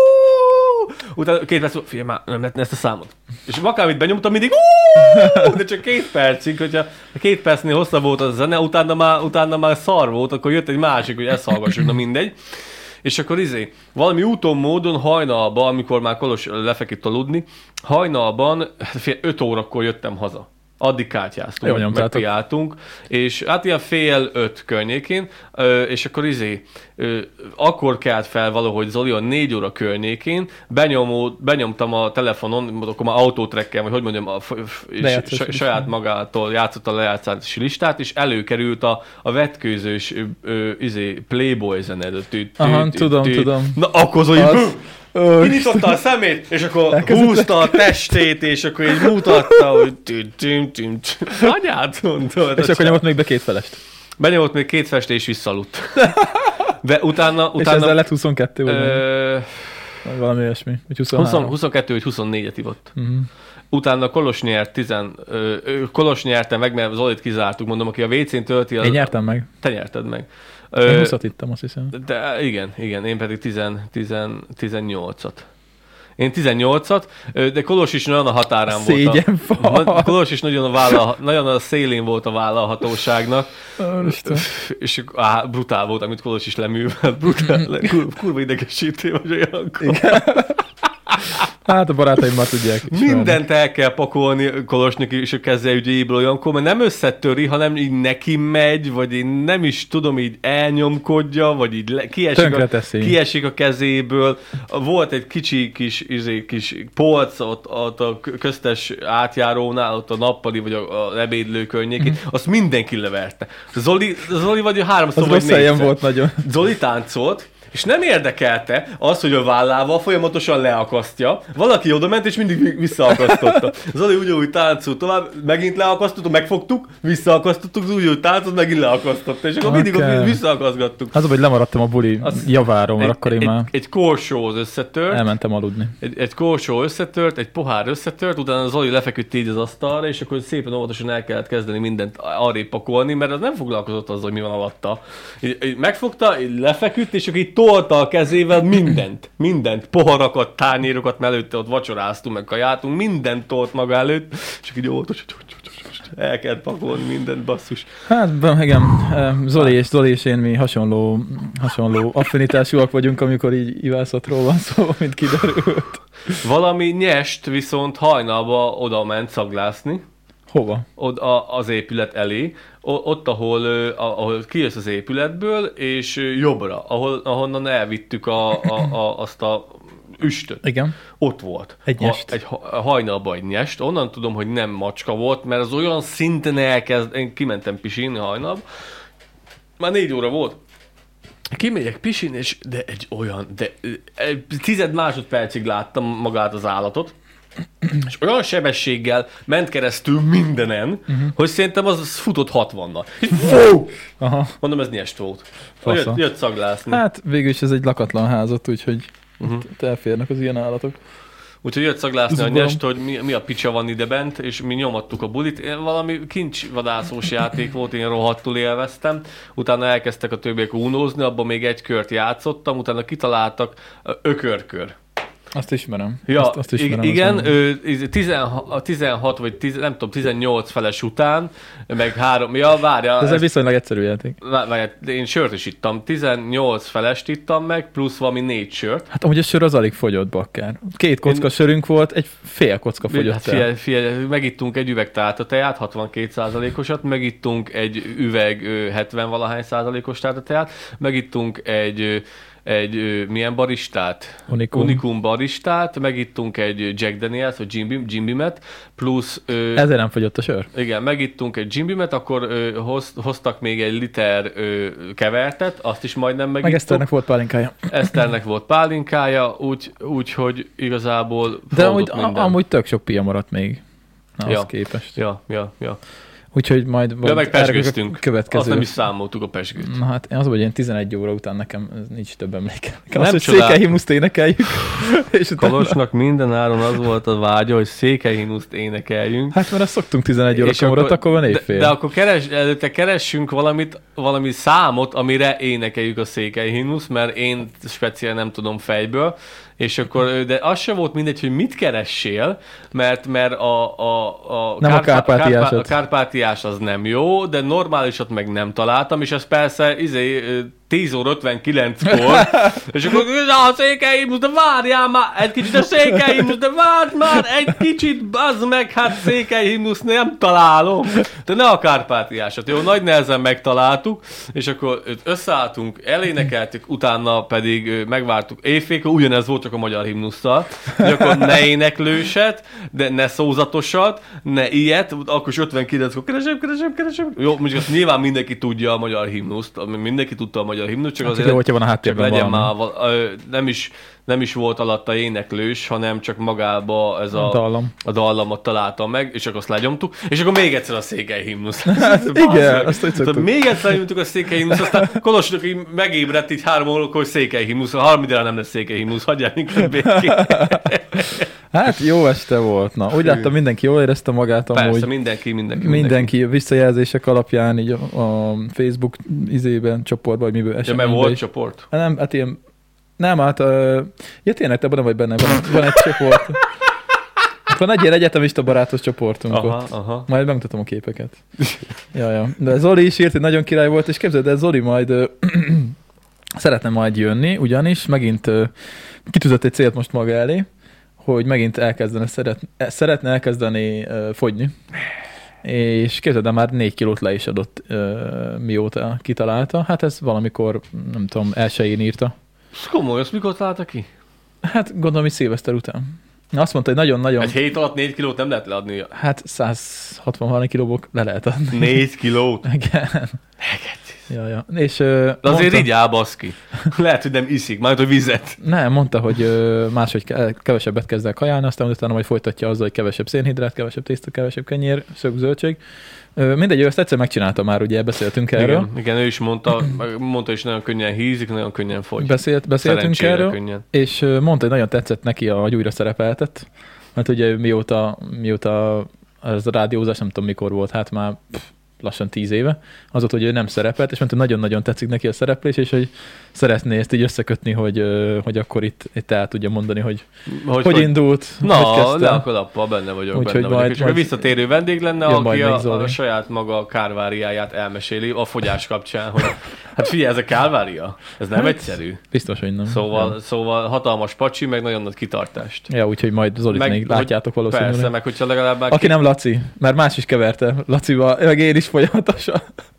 Speaker 2: utána két perc, figyelj már, nem lehetne ezt a számot. És akármit benyomtam, mindig de csak két percig, hogyha két percnél hosszabb volt az a zene, utána már, utána már szar volt, akkor jött egy másik, hogy ezt hallgassuk, na mindegy. És akkor izé, valami úton, módon hajnalban, amikor már Kolos lefeküdt aludni, hajnalban, fél öt órakor jöttem haza. Addig kártyáztunk, meg, megpiáltunk, és hát ilyen fél öt környékén, és akkor izé, akkor kelt fel valahogy Zoli a négy óra környékén, benyomó, benyomtam a telefonon, akkor már autótrekkel, vagy hogy mondjam, a, és saját magától játszott a lejátszási listát, és előkerült a, a vetkőzős izé, Playboy zene.
Speaker 1: Aha, tudom, tudom.
Speaker 2: Na, akkor Zoli... Kinyitotta a szemét, és akkor húzta a testét, és akkor így mutatta, hogy anyát mondta.
Speaker 1: És akkor nyomott még be két felest.
Speaker 2: Benyomott még két felest, és visszaludt. De utána... utána
Speaker 1: és ezzel lett huszonkettő,
Speaker 2: ö...
Speaker 1: vagy valami olyasmi, vagy huszonhárom.
Speaker 2: huszonkettő vagy huszonnégyet ivott.
Speaker 1: Uh-huh.
Speaker 2: Utána Kolos nyert, tizen, ö, Kolos nyerte meg, mert Zolit kizártuk, mondom, aki a vé cén tölti. Az...
Speaker 1: Én nyertem meg.
Speaker 2: Te nyerted meg.
Speaker 1: Én huszat ittam, azt hiszem.
Speaker 2: De igen, igen, én pedig tizennyolcat. Én tizennyolcat, de Kolos is nagyon a határán
Speaker 1: Szégyen
Speaker 2: volt. A, Kolos is nagyon a, vállal, nagyon a szélén volt a vállalhatóságnak. És á, brutál volt, amit Kolos is leművelt. Brutál, kur, kurva idegesítő vagy olyankor.
Speaker 1: Hát a barátaim már tudják ismerni.
Speaker 2: Mindent el kell pakolni Kolosnak és a kezelügyéből olyankor, mert nem összetöri, hanem így neki megy, vagy én nem is tudom, így elnyomkodja, vagy így le, kiesik, a, kiesik a kezéből. Volt egy kicsi kis, izé, kis polc ott, ott a köztes átjárónál, ott a nappali, vagy a, a ebédlő környékén, mm. azt mindenki leverte. Zoli, Zoli vagy háromszor
Speaker 1: az
Speaker 2: vagy négyszer.
Speaker 1: volt nagyon.
Speaker 2: Zoli táncolt, és nem érdekelte az, hogy a vállával folyamatosan leakasztja. Valaki oda ment, és mindig visszaakasztotta. Zoli ugyanúgy táncolt tovább, megint leakasztottuk, megfogtuk, visszaakasztottuk, ugyanúgy táncolt, megint leakasztotta. És akkor okay. mindig ott visszaakaszgattuk.
Speaker 1: Az, hogy lemaradtam a buli az javáról, mert akkor én
Speaker 2: egy,
Speaker 1: már...
Speaker 2: Egy korsóhoz összetört.
Speaker 1: Elmentem aludni.
Speaker 2: Egy, egy korsó összetört, egy pohár összetört, utána Zoli lefeküdt így az asztalra, és akkor szépen óvatosan el kellett kezdeni mindent arrébb pakolni, mert az nem foglalkozott azzal, hogy mi van alatta. Így, így megfogta, így lefeküdt, és akkor így tolta a kezével mindent, mindent, poharakat, tányérokat, mert előtte ott vacsoráztunk, meg kajáltunk, mindent tolt maga előtt, és így óvatos, el kellett pakolni mindent, basszus.
Speaker 1: Hát igen, Zoli és Zoli és én mi hasonló, hasonló affinitásúak vagyunk, amikor így ivászatról van szó, mint kiderült.
Speaker 2: Valami nyest viszont hajnalba oda ment szaglászni.
Speaker 1: Hova?
Speaker 2: Ott az épület elé, ott, ahol, ahol kijössz az épületből, és jobbra, ahol, ahonnan elvittük a, a, a, azt a üstöt.
Speaker 1: Igen.
Speaker 2: Ott volt.
Speaker 1: Egy nyest.
Speaker 2: Ha, egy hajnalban egy nyest. Onnan tudom, hogy nem macska volt, mert az olyan szinten elkezd... Én kimentem pisilni hajnalba. Már négy óra volt. Kimegyek pisilni, és de egy olyan... De egy tized másodpercig láttam magát az állatot, és olyan sebességgel ment keresztül mindenen, uh-huh. hogy szerintem az futott hatvannal. Fú! Aha. Mondom, ez nyest volt. Jött, jött szaglászni.
Speaker 1: Hát végülis ez egy lakatlan házat, úgyhogy uh-huh. elférnek az ilyen állatok.
Speaker 2: Úgyhogy jött szaglászni a nyest, hogy mi, mi a picsa van ide bent, és mi nyomattuk a bulit. Valami kincsvadászós játék volt, én rohadtul élveztem. Utána elkezdtek a többiek unózni, abban még egy kört játszottam, utána kitaláltak ökörkör.
Speaker 1: Azt ismerem.
Speaker 2: Ja,
Speaker 1: azt, azt ismerem
Speaker 2: igen, ő, tizenhat vagy tíz, nem tudom, tizennyolc feles után, meg három, ja, várja.
Speaker 1: Ez egy viszonylag egyszerű játék.
Speaker 2: Várja, én sört is ittam, tizennyolc felest ittam meg, plusz valami négy sört.
Speaker 1: Hát amúgy a sör az alig fogyott, bakker. Két kocka én... sörünk volt, egy fél kocka fogyott hát, el.
Speaker 2: Figyelj, figyelj, megittunk egy üveg táltateját, hatvankét százalékosat, megittunk egy üveg hetven-valahány százalékos táltateját, megittunk egy egy ö, milyen baristát?
Speaker 1: Unicum.
Speaker 2: Unicum baristát, megittunk egy Jack Daniels, vagy Jim, Beam, Jim Beamet, plusz... Ö,
Speaker 1: Ezért nem fogyott a sör?
Speaker 2: Igen, megittunk egy Jim Beamet, akkor ö, hoz, hoztak még egy liter ö, kevertet, azt is majdnem megittuk.
Speaker 1: Meg Eszternek volt pálinkája.
Speaker 2: Eszternek volt pálinkája, úgy, úgy hogy igazából...
Speaker 1: De amúgy, amúgy tök sok pia maradt még. Na,
Speaker 2: ja.
Speaker 1: az képest.
Speaker 2: Ja, ja, ja.
Speaker 1: Úgyhogy majd
Speaker 2: Ja, meg pezsgőztünk.
Speaker 1: Következő.
Speaker 2: Azt nem is számoltuk a pezsgőt.
Speaker 1: Na hát az, hogy én tizenegy óra után nekem nincs több emléke.
Speaker 2: Nem
Speaker 1: az, hogy Székelyhimnuszt énekeljük. És utána...
Speaker 2: Kolosnak minden áron az volt a vágya, hogy Székelyhimnuszt énekeljünk.
Speaker 1: Hát mert azt szoktunk tizenegy óra komorat, akkor van évfél.
Speaker 2: De, de akkor keres, előtte keressünk valamit, valami számot, amire énekeljük a Székelyhimnuszt, mert én speciál nem tudom fejből. És akkor, de az sem volt mindegy, hogy mit keressél, mert, mert a, a, a,
Speaker 1: nem
Speaker 2: kárpá,
Speaker 1: a, kárpátiásat.
Speaker 2: a kárpátiás az nem jó, de normálisat meg nem találtam, és ez persze izé, tíz óra ötvenkilenckor, és akkor a Székelyhimnusz, de várjál már egy kicsit, a Székelyhimnusz, de várj már egy kicsit, bazd meg, hát Székelyhimnusz nem találom. De ne a kárpátiásat, jó, nagy nehezen megtaláltuk, és akkor összeálltunk, elénekeltük, utána pedig megvártuk éjfélkor, ugyanez volt csak a magyar himnusszal, hogy akkor ne éneklőset, de ne szózatosat, ne ilyet, akkor is ötvenkilenckor keresem, keresem, keresem. Jó, mondjuk azt nyilván mindenki tudja a magyar himnuszt, mindenki tudta a magyar himnuszt, csak hát azért,
Speaker 1: hogyha van a háttérben
Speaker 2: legyen
Speaker 1: valami.
Speaker 2: már, nem is, nem is volt alatta éneklős, hanem csak magába ez a,
Speaker 1: a, dallam.
Speaker 2: a dallamot találtam meg, és akkor azt legyomtuk, és akkor még egyszer a Székelyhimnusz.
Speaker 1: Hát, igen, azt úgy szoktuk.
Speaker 2: Még egyszer legyomtuk a Székelyhimnusz, aztán Kolosnak így megébredt így három órakor, hogy Székelyhimnusz, harmadjára nem lesz Székelyhimnusz, hagyjál inkább békén.
Speaker 1: Hát jó este volt, na. Úgy láttam, mindenki jól érezte magát amúgy.
Speaker 2: Persze, mindenki, mindenki.
Speaker 1: Mindenki, mindenki visszajelzések alapján, így a, a Facebook izében, csoportban, vagy miből
Speaker 2: eseményben. Ja, mert volt csoport?
Speaker 1: Hát nem, hát ilyen, nem, hát, uh, ja tényleg, te nem vagy benne, van, van egy csoport. Van egy ilyen egyetemista barátos csoportunk
Speaker 2: aha,
Speaker 1: ott.
Speaker 2: aha.
Speaker 1: Majd megmutatom a képeket. ja, ja. De Zoli is írt, hogy nagyon király volt, és képzeld, de Zoli majd uh, szeretne majd jönni, ugyanis megint uh, kitűzött egy célt most maga elé, hogy megint elkezdene, szeret, szeretne elkezdeni uh, fogyni. És képzeld, de már négy kilót le is adott, uh, mióta kitalálta. Hát ez valamikor, nem tudom, elsőjén írta.
Speaker 2: Ez komoly, azt mikor találta ki?
Speaker 1: Hát gondolom, hogy szilveszter után. Azt mondta, hogy nagyon-nagyon...
Speaker 2: Egy hét alatt négy kilót nem lehet leadni.
Speaker 1: Hát száz hatvan kilóból le lehet adni.
Speaker 2: négy kilót?
Speaker 1: Igen. Ja, ja. És, uh,
Speaker 2: de azért
Speaker 1: mondta...
Speaker 2: rigyál, baszki. Lehet, hogy nem iszik, majd hogy vizet.
Speaker 1: Nem, mondta, hogy uh, máshogy kevesebbet kezd el kajálni, aztán utána majd folytatja azzal, hogy kevesebb szénhidrát, kevesebb tészta, kevesebb kenyér, szög, zöldség. Uh, mindegy, ő ezt egyszer megcsinálta már, ugye beszéltünk erről.
Speaker 2: Igen, igen, ő is mondta, mondta is nagyon könnyen hízik, nagyon könnyen fogy.
Speaker 1: Beszélt, beszéltünk erről, könnyen. És uh, mondta, hogy nagyon tetszett neki, ahogy újra szerepeltet. Mert ugye mióta, mióta ez a rádiózás, nem tudom mikor volt, hát már... Pff, lassan tíz éve, azóta, hogy ő nem szerepelt, és mondta, nagyon-nagyon tetszik neki a szereplés, és hogy szeretné ezt így összekötni, hogy, hogy akkor itt, itt el tudja mondani, hogy hogy, hogy indult,
Speaker 2: na,
Speaker 1: hogy kezdte.
Speaker 2: Na, akkor lappal benne vagyok,
Speaker 1: úgy,
Speaker 2: benne
Speaker 1: hogy
Speaker 2: vagyok.
Speaker 1: majd,
Speaker 2: és akkor visszatérő vendég lenne, aki a, a saját maga kárváriáját elmeséli a fogyás kapcsán, hogy hát figyelj, ez a kárvária, ez nem hát, egyszerű.
Speaker 1: Biztos, hogy nem.
Speaker 2: Szóval,
Speaker 1: nem.
Speaker 2: szóval hatalmas pacsi, meg nagyon nagy kitartást.
Speaker 1: Ja, úgyhogy majd Zolit meg, még látjátok valószínűleg.
Speaker 2: Persze, meg hogyha legalább...
Speaker 1: Aki ki... nem Laci, mert más is keverte Lacival, meg én is folyamatosan.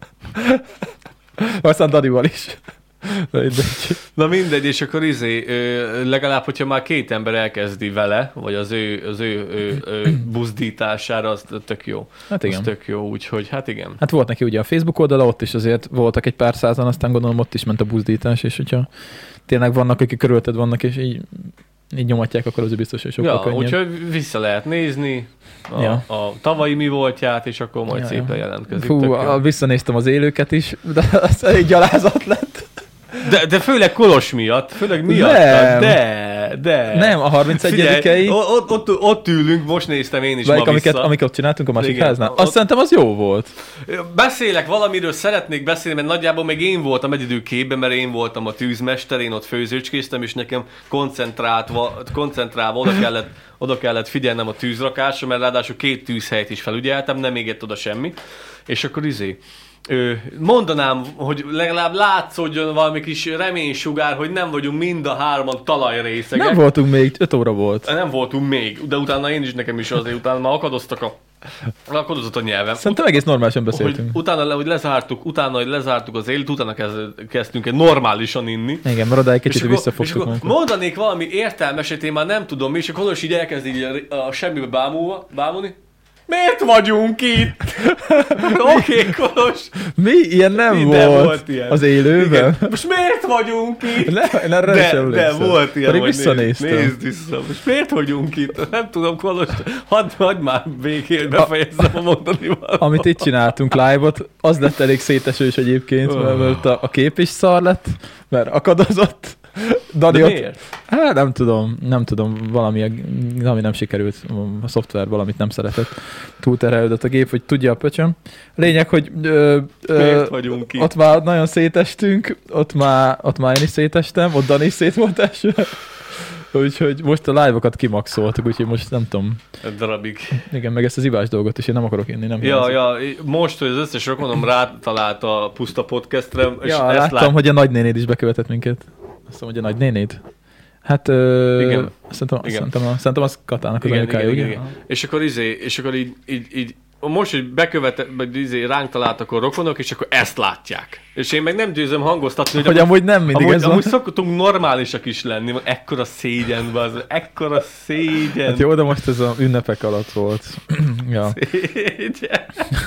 Speaker 1: Aztán Danival is. Na mindegy.
Speaker 2: Na mindegy, és akkor izé, legalább, hogyha már két ember elkezdi vele, vagy az ő, az ő, ő, ő buzdítására, az tök jó.
Speaker 1: Hát igen.
Speaker 2: Az tök jó, úgyhogy hát igen.
Speaker 1: Hát volt neki ugye a Facebook oldala, ott is azért voltak egy pár százan, aztán gondolom ott is ment a buzdítás, és hogyha tényleg vannak, akik körülötted vannak, és így, így nyomatják, akkor az biztos, hogy sokkal
Speaker 2: ja,
Speaker 1: könnyebb.
Speaker 2: Úgyhogy vissza lehet nézni a,
Speaker 1: ja.
Speaker 2: a tavalyi mi voltját, és akkor majd ja, szépen ja. jelentkezik.
Speaker 1: Fú, a, visszanéztem az élőket is, de az egy gyalázat lett.
Speaker 2: De, de főleg Kolos miatt, főleg miatt. De, de.
Speaker 1: Nem, a harmincegyedikei.
Speaker 2: Ott, ott, ott ülünk, most néztem én is
Speaker 1: Like,
Speaker 2: ma
Speaker 1: amiket,
Speaker 2: vissza.
Speaker 1: amiket csináltunk a másik
Speaker 2: igen,
Speaker 1: háznál.
Speaker 2: ott...
Speaker 1: Azt szerintem az jó volt.
Speaker 2: Beszélek valamiről, szeretnék beszélni, mert nagyjából meg én voltam egyedül képben, mert én voltam a tűzmester, én ott főzőcskéztem, és nekem koncentrálva, koncentrálva oda kellett, oda kellett figyelnem a tűzrakásra, mert ráadásul két tűzhelyet is felügyeltem, nem égett oda semmi. És akkor izé... mondanám, hogy legalább látszódjon valami kis reménysugár, hogy nem vagyunk mind a hárman talajrészegek.
Speaker 1: Nem voltunk még, öt óra volt.
Speaker 2: Nem voltunk még, de utána én is, nekem is azért, utána már akadoztak a akadozott a nyelvem.
Speaker 1: Szerintem egész normálisan beszéltünk.
Speaker 2: Hogy utána, hogy lezártuk, utána, hogy lezártuk az élet, utána kezdtünk egy normálisan inni.
Speaker 1: Igen, mert oda egy kicsit visszafogtuk.
Speaker 2: És akkor mondanék valami értelmeset, én már nem tudom, és akkor Kolos így elkezd így a, a semmibe bámulva, bámulni. Miért vagyunk itt? Oké, okay, Kolos.
Speaker 1: Mi? Ilyen nem
Speaker 2: Ide
Speaker 1: volt,
Speaker 2: volt ilyen.
Speaker 1: Az élőben?
Speaker 2: Igen. Most miért vagyunk itt?
Speaker 1: Ne, én erre
Speaker 2: de,
Speaker 1: sem
Speaker 2: de volt ilyen,
Speaker 1: Pedig
Speaker 2: hogy
Speaker 1: visszanéztem.
Speaker 2: nézd, nézd vissza. Most miért vagyunk itt? Nem tudom, Kolos, hadd hadd már békén befejezzem a mondani valamit.
Speaker 1: Amit itt csináltunk live-ot, az lett elég szétesős egyébként, mert, mert a, a kép is szar lett, mert akadozott. Dani
Speaker 2: De
Speaker 1: ott,
Speaker 2: miért?
Speaker 1: hát nem tudom, nem tudom, valami, valami nem sikerült, a szoftver valamit nem szeretett, túlterhelődött a gép, hogy tudja a pöcsöm. Lényeg, hogy ö, ö,
Speaker 2: vagyunk itt?
Speaker 1: ott már nagyon szétestünk, ott már, ott már én is szétestem, ott Dani is szét volt esve. Úgyhogy most a live-okat kimaxoltuk, úgyhogy most nem tudom.
Speaker 2: Egy darabig.
Speaker 1: Igen, meg ezt az ivás dolgot is én nem akarok inni, nem
Speaker 2: Ja,
Speaker 1: hiányzik.
Speaker 2: ja, most, hogy az összes rokonom rátalált a Puszta Podcastre, és
Speaker 1: Ja,
Speaker 2: ezt
Speaker 1: láttam,
Speaker 2: lát...
Speaker 1: hogy a nagynénéd is bekövetett minket. Azt mondom, hogy a nagynénéd. Hát, ö,
Speaker 2: Igen.
Speaker 1: Szerintem,
Speaker 2: Igen.
Speaker 1: Szerintem, a, szerintem az Katának az
Speaker 2: igen,
Speaker 1: anyukája,
Speaker 2: igen,
Speaker 1: ugye?
Speaker 2: igen, igen. És akkor izé, és akkor így, így, így most, hogy bekövetett, vagy izé ránk találtak a rokonok, és akkor ezt látják. És én meg nem győzöm hangoztatni, hogy,
Speaker 1: Hogy amúgy nem mindig
Speaker 2: amúgy,
Speaker 1: ez
Speaker 2: amúgy
Speaker 1: van.
Speaker 2: szoktunk normálisak is lenni, ekkora szégyen, az, ekkora szégyen.
Speaker 1: Hát jó, de most ez a ünnepek alatt volt. Ja.
Speaker 2: Szégyen.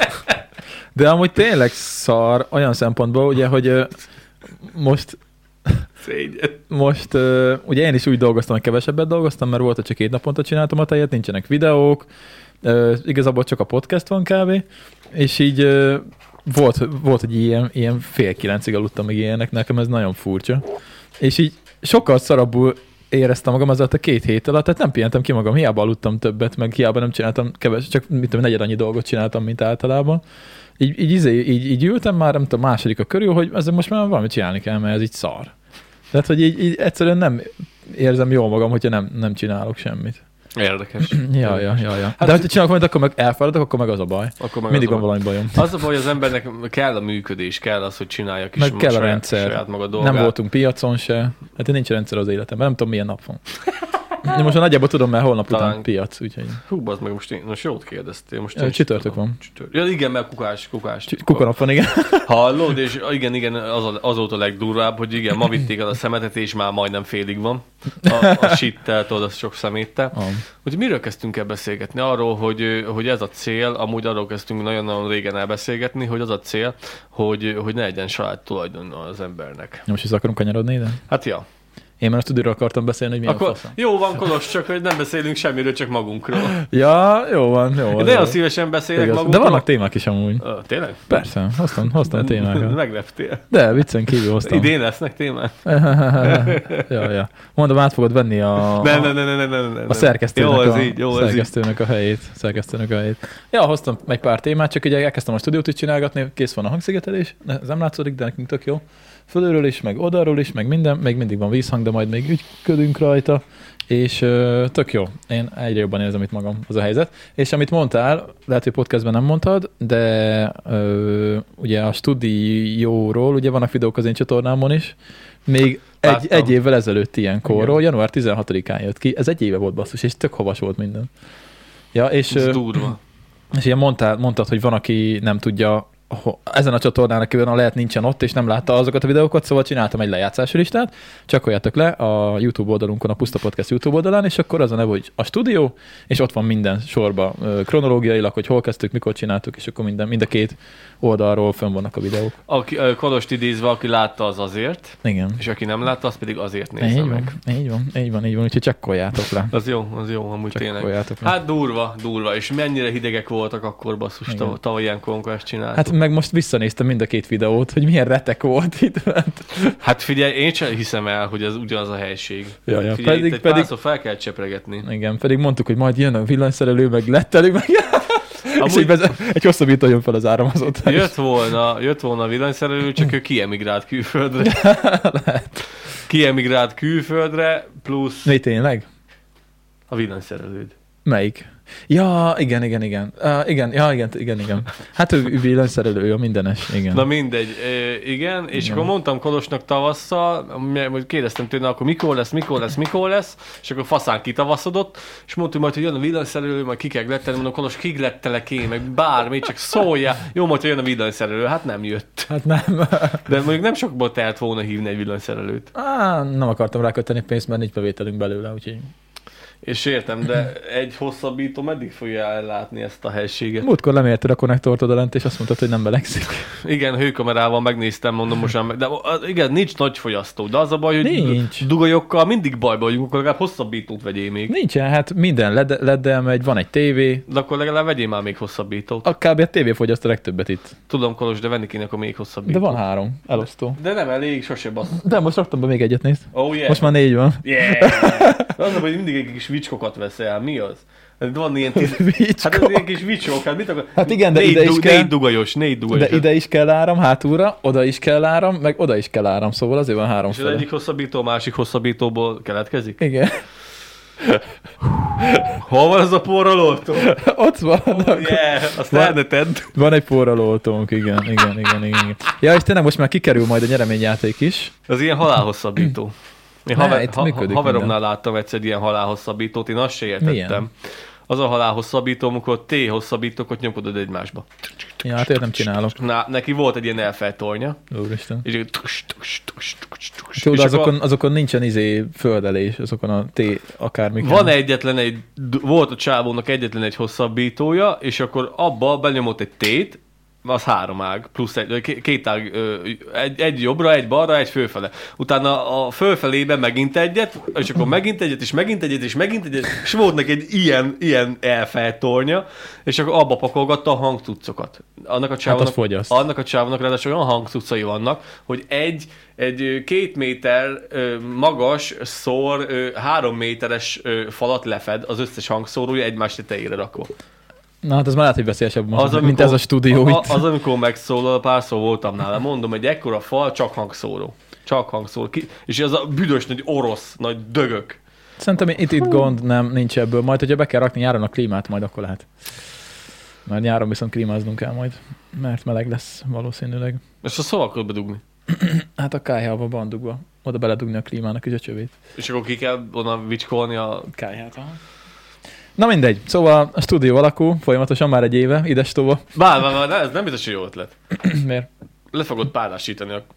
Speaker 1: De amúgy tényleg szar olyan szempontból, ugye, hogy ö, most
Speaker 2: Szégyen.
Speaker 1: Most uh, ugye én is úgy dolgoztam, hogy kevesebbet dolgoztam, mert volt, hogy csak két naponta csináltam a tejet, nincsenek videók, uh, igazából csak a podcast van kb. És így uh, volt, volt, hogy ilyen, ilyen fél kilencig aludtam meg ilyenek, nekem ez nagyon furcsa. És így sokkal szarabbul éreztem magam az alatt a két hét alatt, tehát nem pihentem ki magam, hiába aludtam többet, meg hiába nem csináltam keves, csak mit tudom, negyed annyi dolgot csináltam, mint általában. Így, így, így, így, így ültem már, nem tudom, második a körül, hogy ezzel most már valamit csinálni kell, mert ez így szar. Tehát, hogy így, így egyszerűen nem érzem jól magam, hogyha nem, nem csinálok semmit.
Speaker 2: Érdekes.
Speaker 1: Ja, ja, ja, ja.
Speaker 2: Hát
Speaker 1: de hogyha csinálok valamit, akkor meg elfáradok, akkor meg az a baj.
Speaker 2: Akkor meg
Speaker 1: Mindig
Speaker 2: az
Speaker 1: van
Speaker 2: a
Speaker 1: valami bajom.
Speaker 2: Az a baj, hogy az embernek kell a működés, kell az, hogy csinálja kis
Speaker 1: Meg kell a
Speaker 2: saját,
Speaker 1: rendszer.
Speaker 2: saját maga dolgát.
Speaker 1: Nem voltunk piacon se. Hát nincs rendszer az életemben, nem tudom milyen nap van. De most már nagyjából tudom, mert holnap
Speaker 2: Talán...
Speaker 1: után piac, úgyhogy...
Speaker 2: Hú, bazd meg, most, én, most jót kérdeztél. Most
Speaker 1: Ö, csütörtök van.
Speaker 2: Csütör... Ja, igen, mert kukás, kukás.
Speaker 1: Kukanap van, igen.
Speaker 2: Hallod, és igen, igen, az, a, az volt a legdurvább, hogy igen, ma vitték el a szemetet, és már majdnem félig van. A, a shittel, tudod, az sok szeméttel.
Speaker 1: Ah.
Speaker 2: Hogy miről kezdtünk el beszélgetni? Arról, hogy, hogy ez a cél, amúgy arról kezdtünk nagyon-nagyon régen elbeszélgetni, hogy az a cél, hogy, hogy ne legyen saját tulajdon az embernek.
Speaker 1: Most is akarunk kanyarodni ide?
Speaker 2: Hát ja.
Speaker 1: Én már a stúdióról akartam beszélni, hogy milyen
Speaker 2: Akkor
Speaker 1: faszom.
Speaker 2: jó van, Kolos, csak hogy nem beszélünk semmiről, csak magunkról.
Speaker 1: Ja, jó van, jó van.
Speaker 2: De olyan szívesen beszélek
Speaker 1: Igaz.
Speaker 2: magunkról.
Speaker 1: De vannak témák is amúgy.
Speaker 2: Ö, tényleg?
Speaker 1: Persze, hoztam, hoztam témákat.
Speaker 2: Megleptél.
Speaker 1: De viccen kívül hoztam.
Speaker 2: Idén lesznek témák?
Speaker 1: ja, ja. Mondom, át fogod venni a,
Speaker 2: Nem, nem, nem, nem, nem, nem, nem.
Speaker 1: a szerkesztőnek,
Speaker 2: Jó, ez
Speaker 1: a,
Speaker 2: így, jó, ez így.
Speaker 1: szerkesztőnek a helyét. Szerkesztőnek a helyét. Ja, hoztam egy pár témát, csak ugye elkezdtem a stúdiót is csinálgatni, kész van a hangszigetelés, ez nem látszódik, de nekünk tök jó. Fölülről is, meg oldalról is, meg minden, még mindig van vízhang, de majd még ügyködünk rajta, és ö, tök jó. Én egyre jobban érzem itt magam, az a helyzet. És amit mondtál, lehet, hogy podcastben nem mondtad, de ö, ugye a stúdióról, ugye vannak videók az én csatornámon is, még egy, egy évvel ezelőtt ilyenkorról, január tizenhatodikán jött ki, ez egy éve volt basszus, és tök havas volt minden. Ja, és,
Speaker 2: Ez durva.
Speaker 1: És ilyen mondtál, mondtad, hogy van, aki nem tudja, ezen a csatornának kívül lehet nincsen ott, és nem látta azokat a videókat, szóval csináltam egy lejátszási listát, csakoljátok le a YouTube oldalunkon, a Puszta Podcast YouTube oldalán, és akkor az a neve, hogy a stúdió, és ott van minden sorba kronológiailag, hogy hol kezdtük, mikor csináltuk, és akkor minden, mind a két oldalról fönn vannak a videók.
Speaker 2: Aki, Kolost idézve, aki látta, az azért,
Speaker 1: Igen.
Speaker 2: és aki nem látta, az pedig azért nézze
Speaker 1: Így
Speaker 2: meg.
Speaker 1: van, így van, így van, így van, úgyhogy csekkoljátok le.
Speaker 2: Az jó, az jó, amúgy tényleg.
Speaker 1: Csekkoljátok le.
Speaker 2: Hát durva, durva, és mennyire hidegek voltak akkor basszus, tav- tavaly ilyenkor, amikor ezt csináltuk.
Speaker 1: Hát meg most visszanéztem mind a két videót, hogy milyen retek volt itt.
Speaker 2: Hát figyelj, én sem hiszem el, hogy ez ugyanaz a helység.
Speaker 1: Ja, ja.
Speaker 2: Figyelj,
Speaker 1: Pedig-
Speaker 2: itt egy
Speaker 1: pedig-
Speaker 2: párszor fel kell csepregetni.
Speaker 1: Igen, pedig mondtuk, hogy majd jön a villanyszerelő, meg lettelő, meg...
Speaker 2: Amúgy-
Speaker 1: És így vezet, egy hosszabbító jön fel az áramozót.
Speaker 2: Jött volna, jött volna a villanyszerelő, csak ő kiemigrált külföldre.
Speaker 1: Lehet.
Speaker 2: Kiemigrált külföldre, plusz
Speaker 1: Mi tényleg?
Speaker 2: a villanyszerelőd.
Speaker 1: Melyik? Ja, igen, igen, igen. Uh, igen, ja, igen, igen, igen. Hát ő villanyszerelő, ő a mindenes, igen.
Speaker 2: Na mindegy, e, igen, és
Speaker 1: Igen.
Speaker 2: akkor mondtam Kolosnak tavasszal, hogy kérdeztem tőle, akkor mikor lesz, mikor lesz, mikor lesz, és akkor faszán kitavaszodott, és mondtuk majd, hogy jön a villanyszerelő, majd ki kell glettelni, mondom, Kolos, kiglettelek én, meg bármi, csak szólja. Jó, majd, hogy jön a villanyszerelő, hát nem jött.
Speaker 1: Hát nem.
Speaker 2: De mondjuk nem sokból telt volna hívni egy villanyszerelőt.
Speaker 1: Á, nem akartam rákötni pénzt, mert nincs bevételünk belőle, úgyhogy...
Speaker 2: És értem, de egy hosszabbító meddig fogja ellátni ezt a helységet?
Speaker 1: Múltkor lemérted a konnektort odalent, és azt mondtad, hogy nem belegszik.
Speaker 2: Igen, hőkamerával megnéztem, mondom most már, de igen, nincs nagy fogyasztó, de az a baj, hogy
Speaker 1: nincs.
Speaker 2: dugajokkal mindig bajba vagyunk, akkor legalább hosszabbítót vegyél még.
Speaker 1: Nincsen, hát minden led- leddel megy, van egy tévé.
Speaker 2: De akkor legalább vegyél már még hosszabbítót.
Speaker 1: A kb. A tévé fogyaszt a legtöbbet itt.
Speaker 2: Tudom, Kolos, de venni kéne akkor még hosszabbítót.
Speaker 1: De van három, elosztó.
Speaker 2: De nem elég, sose bassz.
Speaker 1: De most raktam be még egyet, nézd.
Speaker 2: Oh yeah.
Speaker 1: Most már négy van.
Speaker 2: Yeah! Az, hogy mindig egy kis vicskokat veszel, mi az? Hát van ilyen tíz... Hát ez ilyen kis vicskok, hát mit akar?
Speaker 1: Hát igen, de
Speaker 2: négy
Speaker 1: ide is
Speaker 2: du-
Speaker 1: kell.
Speaker 2: Négy dugajos, négy dugajos.
Speaker 1: De ide is kell áram, hátulra, oda is kell áram, meg oda is kell áram, szóval azért van három
Speaker 2: És az
Speaker 1: fele.
Speaker 2: egyik hosszabbító, a másik hosszabbítóból keletkezik?
Speaker 1: Igen.
Speaker 2: Hol van az a porralótó?
Speaker 1: Ott van.
Speaker 2: Oh, yeah, azt el ne tedd.
Speaker 1: Van egy porralótónk, igen, igen, igen, igen. Ja, és tényleg most már kikerül majd a nyereményjáték is.
Speaker 2: Az ilyen halálhosszabbító. Én
Speaker 1: Ne,
Speaker 2: haver,
Speaker 1: itt
Speaker 2: ha,
Speaker 1: működik
Speaker 2: haveromnál
Speaker 1: minden.
Speaker 2: láttam egyszer ilyen halálhosszabbítót, én azt se értettem.
Speaker 1: Milyen?
Speaker 2: Az a halálhosszabbító, amikor T hosszabbítókat nyomkodod egymásba.
Speaker 1: Ja, hát én nem csinálok.
Speaker 2: Na, neki volt egy ilyen elfeltornya.
Speaker 1: Úristen.
Speaker 2: És így tus, tus, tus, tus, tus.
Speaker 1: Jó, de
Speaker 2: És
Speaker 1: azokon,
Speaker 2: akkor
Speaker 1: azokon nincsen izé földelés, azokon a T akármik.
Speaker 2: van egyetlen egy, volt a csávónak egyetlen egy hosszabbítója, és akkor abba benyomott egy T-t, az három ág, plusz egy, két ág, egy, egy jobbra, egy balra, egy fölfele. Utána a fölfelében megint egyet, és akkor megint egyet, és megint egyet, és megint egyet, és volt neki egy ilyen, ilyen elfeltornya, és akkor abba pakolgatta a hangcuccokat. Annak a csávónak,
Speaker 1: fogyaszt.
Speaker 2: annak a csávónak ráadásul olyan hangcuccai vannak, hogy egy, egy két méter magas szor három méteres falat lefed az összes hangszórója egymás tetejére rakva.
Speaker 1: Na hát ez már lehet, hogy veszélyesebb most,
Speaker 2: Az,
Speaker 1: mint
Speaker 2: amikor,
Speaker 1: ez a stúdió
Speaker 2: a,
Speaker 1: itt.
Speaker 2: Az, amikor megszólal, párszor voltam nála, mondom, egy ekkora fal, csak hangszóró. Csak hangszóró. Ki, és ez a büdös nagy orosz, nagy dögök.
Speaker 1: Szerintem itt, itt gond nem, nincs ebből. Majd, hogyha be kell rakni nyáron a klímát, majd akkor lehet. Mert nyáron viszont klímáznunk kell majd, mert meleg lesz valószínűleg.
Speaker 2: És a szóval akarod bedugni.
Speaker 1: Hát a kályhába van dugva. Oda beledugni a klímának is a csövét.
Speaker 2: És akkor ki kell onnan vicskolni a...
Speaker 1: Kályhát, aha. Na mindegy, szóval a stúdió alakul, folyamatosan már egy éve, idestova.
Speaker 2: Bár, bár, bár, ez nem biztos, hogy jó ötlet.
Speaker 1: Miért?
Speaker 2: Le fogod párásítani a...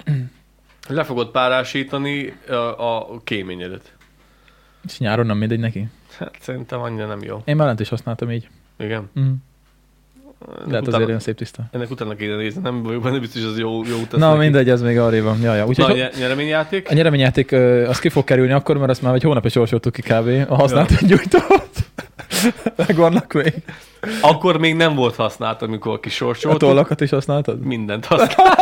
Speaker 2: Le fogod párásítani a, a kéményedet.
Speaker 1: És nyáron nem mindegy neki?
Speaker 2: Hát szerintem annyira nem jó.
Speaker 1: Én már lent is használtam így.
Speaker 2: Igen?
Speaker 1: Mm.
Speaker 2: Ennek
Speaker 1: Lehet
Speaker 2: utána,
Speaker 1: azért olyan szép tiszta.
Speaker 2: ennek utána kéne nézni, nem vagyok benne biztos, hogy az jó, jó út.
Speaker 1: Na mindegy, ez még arrébb van. Ja, ja. Úgyhogy
Speaker 2: Na, ny- nyereményjáték?
Speaker 1: a nyereményjáték ö, az ki fog kerülni akkor, mert azt már egy hónapja sorsoltuk ki kb. A használt ja. gyújtót. Meg vannak még.
Speaker 2: Akkor még nem volt használt, amikor
Speaker 1: A
Speaker 2: kisorsoltuk.
Speaker 1: tollakat is használtad?
Speaker 2: Mindent használtam.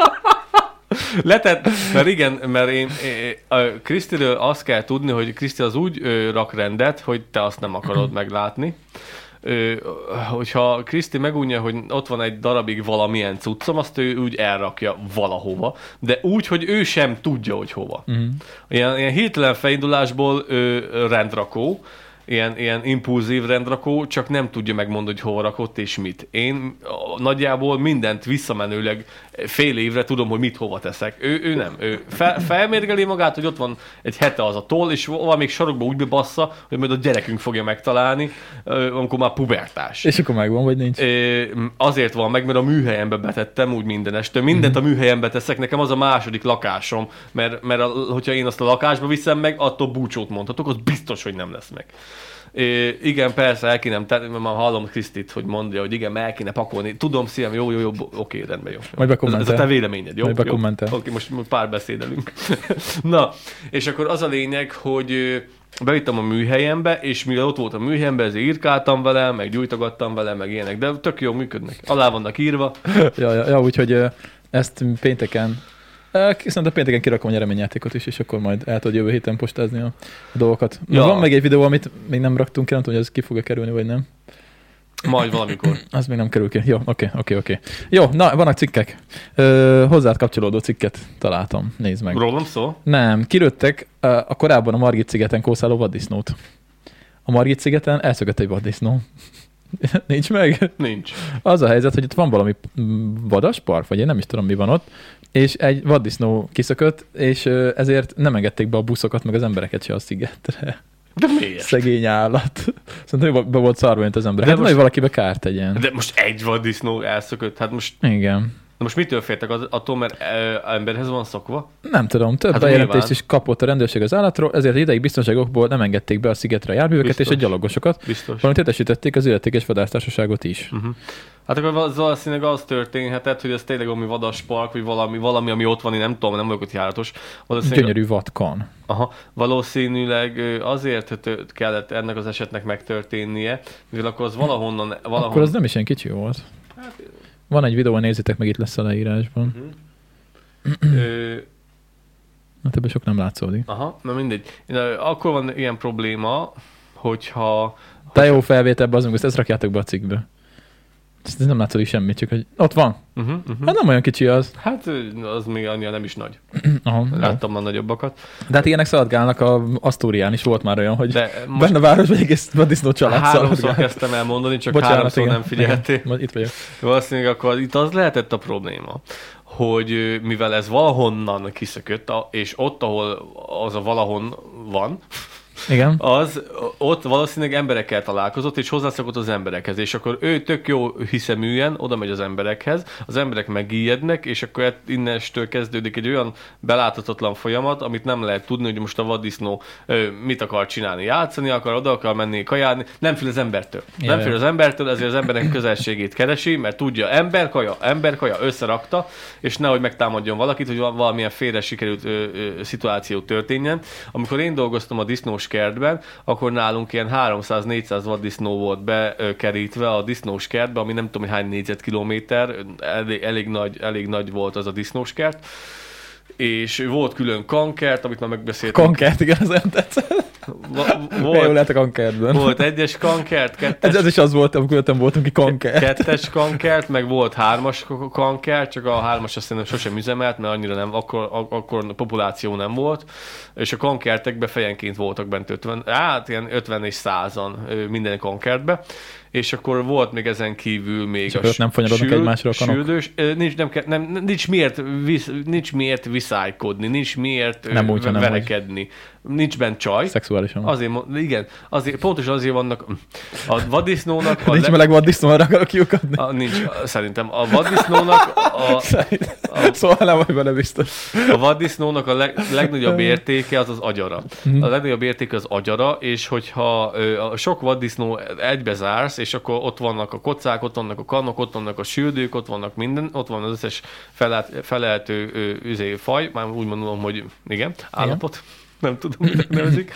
Speaker 2: Letett, mert igen, mert én, én a Krisztiről azt kell tudni, hogy Kriszti az úgy ö, rak rendet, hogy te azt nem akarod meglátni. Ö, hogyha Kriszti megunja, hogy ott van egy darabig valamilyen cuccom, azt ő úgy elrakja valahova, de úgy, hogy ő sem tudja, hogy hova. Uh-huh. Ilyen, ilyen hirtelen felindulásból ö, rendrakó, Ilyen, ilyen impulzív rendrakó, csak nem tudja megmondani, hogy hova rakott és mit. Én nagyjából mindent visszamenőleg fél évre tudom, hogy mit hova teszek. Ő, ő nem. Ő fel, felmérgeli magát, hogy ott van egy hete az a toll, és valamelyik sarokba úgy bebassza, hogy majd a gyerekünk fogja megtalálni, amikor már pubertás.
Speaker 1: És akkor megvan, vagy nincs?
Speaker 2: Azért van meg, mert a műhelyembe betettem úgy minden este. Mindent a műhelyembe teszek, nekem az a második lakásom, mert, mert a, hogyha én azt a lakásba viszem meg, attól búcsót mondhatok, az biztos, hogy nem lesz meg. É, igen, persze, el kéne, már hallom Krisztit, hogy mondja, hogy igen, el kéne pakolni. Tudom, szívem, jó, jó, jó, oké, rendben, jó.
Speaker 1: Majd bekommentel.
Speaker 2: Ez a te véleményed, jó?
Speaker 1: Majd bekommentel.
Speaker 2: Oké, most pár beszédelünk. Na, és akkor az a lényeg, hogy bevittem a műhelyembe, és mivel ott volt a műhelyembe, ezért írkáltam vele, meg gyújtogattam vele, meg ilyenek, de tök jó működnek. Alá vannak írva.
Speaker 1: ja, ja, ja, úgyhogy ezt pénteken Szerintem pénteken kirakom a nyereményjátékot is, és akkor majd el tudod jövő héten postázni a dolgokat. Ja. Van még egy videó, amit még nem raktunk ki, nem tudom, hogy ez ki fog kerülni, vagy nem.
Speaker 2: Majd valamikor.
Speaker 1: Az még nem kerül ki. Jó, oké, oké, oké. Jó, na, vannak cikkek. Ö, hozzád kapcsolódó cikket találtam. Nézd meg.
Speaker 2: Rólam szó?
Speaker 1: Nem, kilőttek a korábban a Margit szigeten kószáló vaddisznót. A Margit szigeten elszökött egy vaddisznó. Nincs meg?
Speaker 2: Nincs.
Speaker 1: Az a helyzet, hogy ott van valami vadaspark, vagy én nem is tudom, mi van ott, és egy vaddisznó kiszökött, és ezért nem engedték be a buszokat, meg az embereket se a szigetre.
Speaker 2: De miért?
Speaker 1: Szegény állat. Szerintem be volt szarva, mint az ember. Hát most... hogy valakibe kárt tegyen.
Speaker 2: De most egy vaddisznó elszökött, hát most...
Speaker 1: Igen.
Speaker 2: De most mitől féltek? Az, attól, mert e, emberhez van szokva?
Speaker 1: Nem tudom, több
Speaker 2: Hát
Speaker 1: bejelentést
Speaker 2: nyilván.
Speaker 1: is kapott a rendőrség az állatról, ezért ideig biztonságokból nem engedték be a szigetre a járműveket
Speaker 2: Biztos.
Speaker 1: és a gyalogosokat,
Speaker 2: Biztos.
Speaker 1: valamint értesítették az illetékes vadásztársaságot is.
Speaker 2: Uh-huh. Hát akkor val- valószínűleg az történhetett, hogy ez tényleg valami vadaspark, vagy valami, valami, ami ott van, én nem tudom, nem vagyok ott járatos.
Speaker 1: Gyönyörű vadkan.
Speaker 2: Aha, valószínűleg ö, azért tö- kellett ennek az esetnek megtörténnie, mivel akkor az valahonnan... valahonnan...
Speaker 1: Akkor az nem is ilyen kicsi volt.
Speaker 2: Hát,
Speaker 1: Van egy videó, nézzétek meg, itt lesz a leírásban.
Speaker 2: uh-huh. ö,
Speaker 1: Hát ebben sok nem látszódik.
Speaker 2: aha, na mindegy. Ö, Akkor van ilyen probléma, hogyha...
Speaker 1: De jó felvételben azon, ezt rakjátok be a cikkbe. Ez nem látszódik semmit, csak hogy ott van.
Speaker 2: Uh-huh, uh-huh.
Speaker 1: Hát nem olyan kicsi az.
Speaker 2: Hát ö, az még annyira nem is nagy.
Speaker 1: Aha,
Speaker 2: Láttam már nagyobbakat.
Speaker 1: de hát ilyenek szaladgálnak, a Asztórián is volt már olyan, hogy
Speaker 2: De most
Speaker 1: benne a városban egész vaddisznó család
Speaker 2: háromszor
Speaker 1: szaladgál.
Speaker 2: kezdtem elmondani, csak
Speaker 1: Bocsánat,
Speaker 2: háromszor
Speaker 1: igen.
Speaker 2: nem figyeltél.
Speaker 1: Igen, itt vagyok.
Speaker 2: Valószínűleg akkor itt az lehetett a probléma, hogy ö, mivel ez valahonnan kiszökött, a- és ott, ahol az a valahon van,
Speaker 1: Igen.
Speaker 2: az ott valószínűleg emberekkel találkozott, és hozzászokott az emberekhez, és akkor ő tök jó hiszeműen oda megy az emberekhez, az emberek megijednek, és akkor innestől kezdődik egy olyan beláthatatlan folyamat, amit nem lehet tudni, hogy most a vaddisznó ö, mit akar csinálni, játszani akar, oda akar menni, kajálni, nem fél az embertől.
Speaker 1: Jaj.
Speaker 2: Nem fél az embertől, ezért az emberek közelségét keresi, mert tudja, emberkaja, emberkaja, összerakta, és nehogy megtámadjon valakit, hogy valamilyen félre sikerült ö, ö, szituáció történjen. Amikor én dolgoztam a disznós kertben, akkor nálunk ilyen háromszáz-négyszáz vaddisznó volt bekerítve a disznós kertbe, ami nem tudom, hogy hány négyzetkilométer, elég, elég, nagy, elég nagy volt az a disznós kert, és volt külön kankert, amit már megbeszéltünk.
Speaker 1: Kankert, igen, az nem tetszett.
Speaker 2: Va-
Speaker 1: Jó
Speaker 2: volt,
Speaker 1: lehet a kankertben.
Speaker 2: volt egyes kankert, kettes,
Speaker 1: Ez, ez is az volt, amikor öten voltunk ki kankert.
Speaker 2: kettes kankert, meg volt hármas kankert, csak a hármas azt szerintem sosem üzemelt, mert annyira nem, akkor, akkor populáció nem volt, és a kankertekben fejenként voltak bent ötven, hát ilyen ötven és százan ö, minden kankertbe, és akkor volt még ezen kívül még
Speaker 1: És akkor ott nem fanyarodnak egymásra a kanok?
Speaker 2: Süldős, ö, nincs, nem, ke- nem, nincs, miért, visz, nincs miért viszálykodni, nincs miért ö,
Speaker 1: Nem úgy, hanem
Speaker 2: verekedni, nincs bent csaj.
Speaker 1: Szexuálisan.
Speaker 2: Azért, mo- igen, azért, pontosan azért vannak a vaddisznónak... A
Speaker 1: Nincs
Speaker 2: le-
Speaker 1: meleg vaddisznó, arra akarok kiukadni.
Speaker 2: a, nincs, szerintem a vaddisznónak a,
Speaker 1: Szerintem.
Speaker 2: a,
Speaker 1: Szóval nem vagy benne biztos.
Speaker 2: a vaddisznónak a leg, legnagyobb értéke az az agyara. A legnagyobb értéke az agyara, és hogyha ö, a sok vaddisznó egybe zársz, és akkor ott vannak a kocák, ott vannak a kanok, ott vannak a süldők, ott vannak minden, ott van az összes felelt, felelhető ö, üzé faj, már úgy mondom, hogy igen, állapot. Nem tudom, minek nevezik.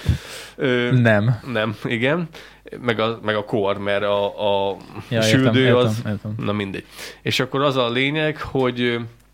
Speaker 2: Ö,
Speaker 1: Nem.
Speaker 2: Nem, igen. Meg a, meg a kor, mert a, a
Speaker 1: Ja,
Speaker 2: süldő
Speaker 1: értem,
Speaker 2: az...
Speaker 1: értem, értem.
Speaker 2: Na mindegy. És akkor az a lényeg, hogy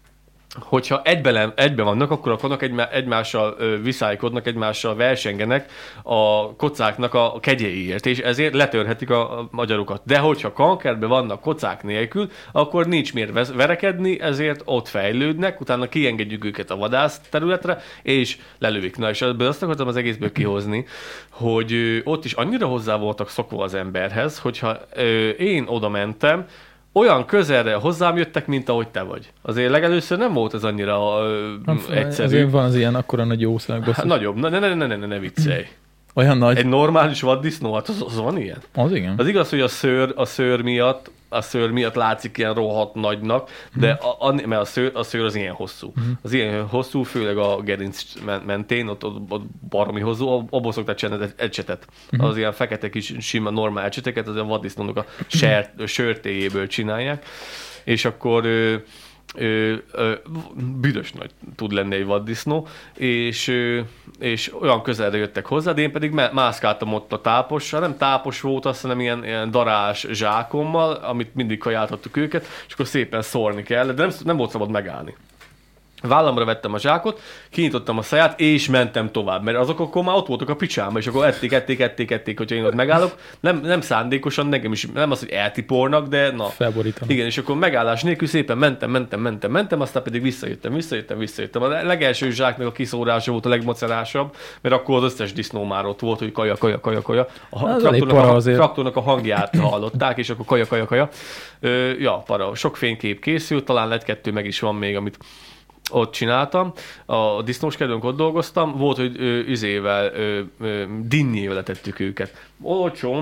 Speaker 2: hogyha egyben, egyben vannak, akkor a konok egymá, egymással ö, viszálykodnak, egymással versengenek a kocáknak a kegyeiért, és ezért letörhetik a, a magyarukat. De hogyha kankerben vannak kocák nélkül, akkor nincs miért vez- verekedni, ezért ott fejlődnek, utána kiengedjük őket a vadász területre, és lelövik. Na, és ebből azt akartam az egészből kihozni, hogy ö, ott is annyira hozzá voltak szokva az emberhez, hogyha ö, én oda mentem, olyan közelre hozzám jöttek, mint ahogy te vagy. Azért legelőször nem volt ez annyira ö, egyszerű.
Speaker 1: Ezért van az ilyen akkora nagy jószág
Speaker 2: Hát,
Speaker 1: basszus.
Speaker 2: nagyobb. Ne, ne, ne, ne, ne, ne, ne viccelj.
Speaker 1: Olyan nagy.
Speaker 2: Egy normális vaddisznó, hát az, az van ilyen?
Speaker 1: Az igen.
Speaker 2: Az igaz, hogy a szőr, a szőr miatt a szőr miatt látszik ilyen rohadt nagynak, de a, a, mert a szőr, a szőr az ilyen hosszú. Az ilyen hosszú, főleg a gerinc men- mentén, ott, ott, ott baromi hosszú, abból szokták csinálni egy ecsetet. Az ilyen fekete kis sima normál ecseteket, az a vaddisznónak a sert, sörtéjéből csinálják, és akkor ö, Ö, ö, büdös nagy tud lenni egy vaddisznó, és, ö, és olyan közelre jöttek hozzá, de én pedig mászkáltam ott a tápossal, nem tápos volt, azt hiszem ilyen, ilyen darás zsákommal, amit mindig kajáltattuk őket, és akkor szépen szórni kell, de nem, nem volt szabad megállni. Vállamra vettem a zsákot, kinyitottam a száját, és mentem tovább, mert azok akkor már ott voltak a picsámba, és akkor ették, ették, ették, ették, hogyha én ott megállok. Nem, nem szándékosan, nekem is, nem az, hogy eltipornak, de na.
Speaker 1: Felborítanak.
Speaker 2: Igen, és akkor megállás nélkül szépen mentem, mentem, mentem, mentem, aztán pedig visszajöttem, visszajöttem, visszajöttem. A legelső zsáknak a kiszórása volt a legmacerásabb, mert akkor az összes disznó már ott volt, hogy kaja, kaja, kaja, kaja. A
Speaker 1: Az elég
Speaker 2: traktornak,
Speaker 1: para
Speaker 2: a,
Speaker 1: azért.
Speaker 2: traktornak a hangját hallották, és akkor kaja, kaja, kaja. Ö, ja, para. Sok fénykép készült, talán egy-kettő meg is van még, amit ott csináltam, a disznós kertben ott dolgoztam, volt, hogy ö, üzével, ö, ö, dinnyével letettük őket. Olcsón,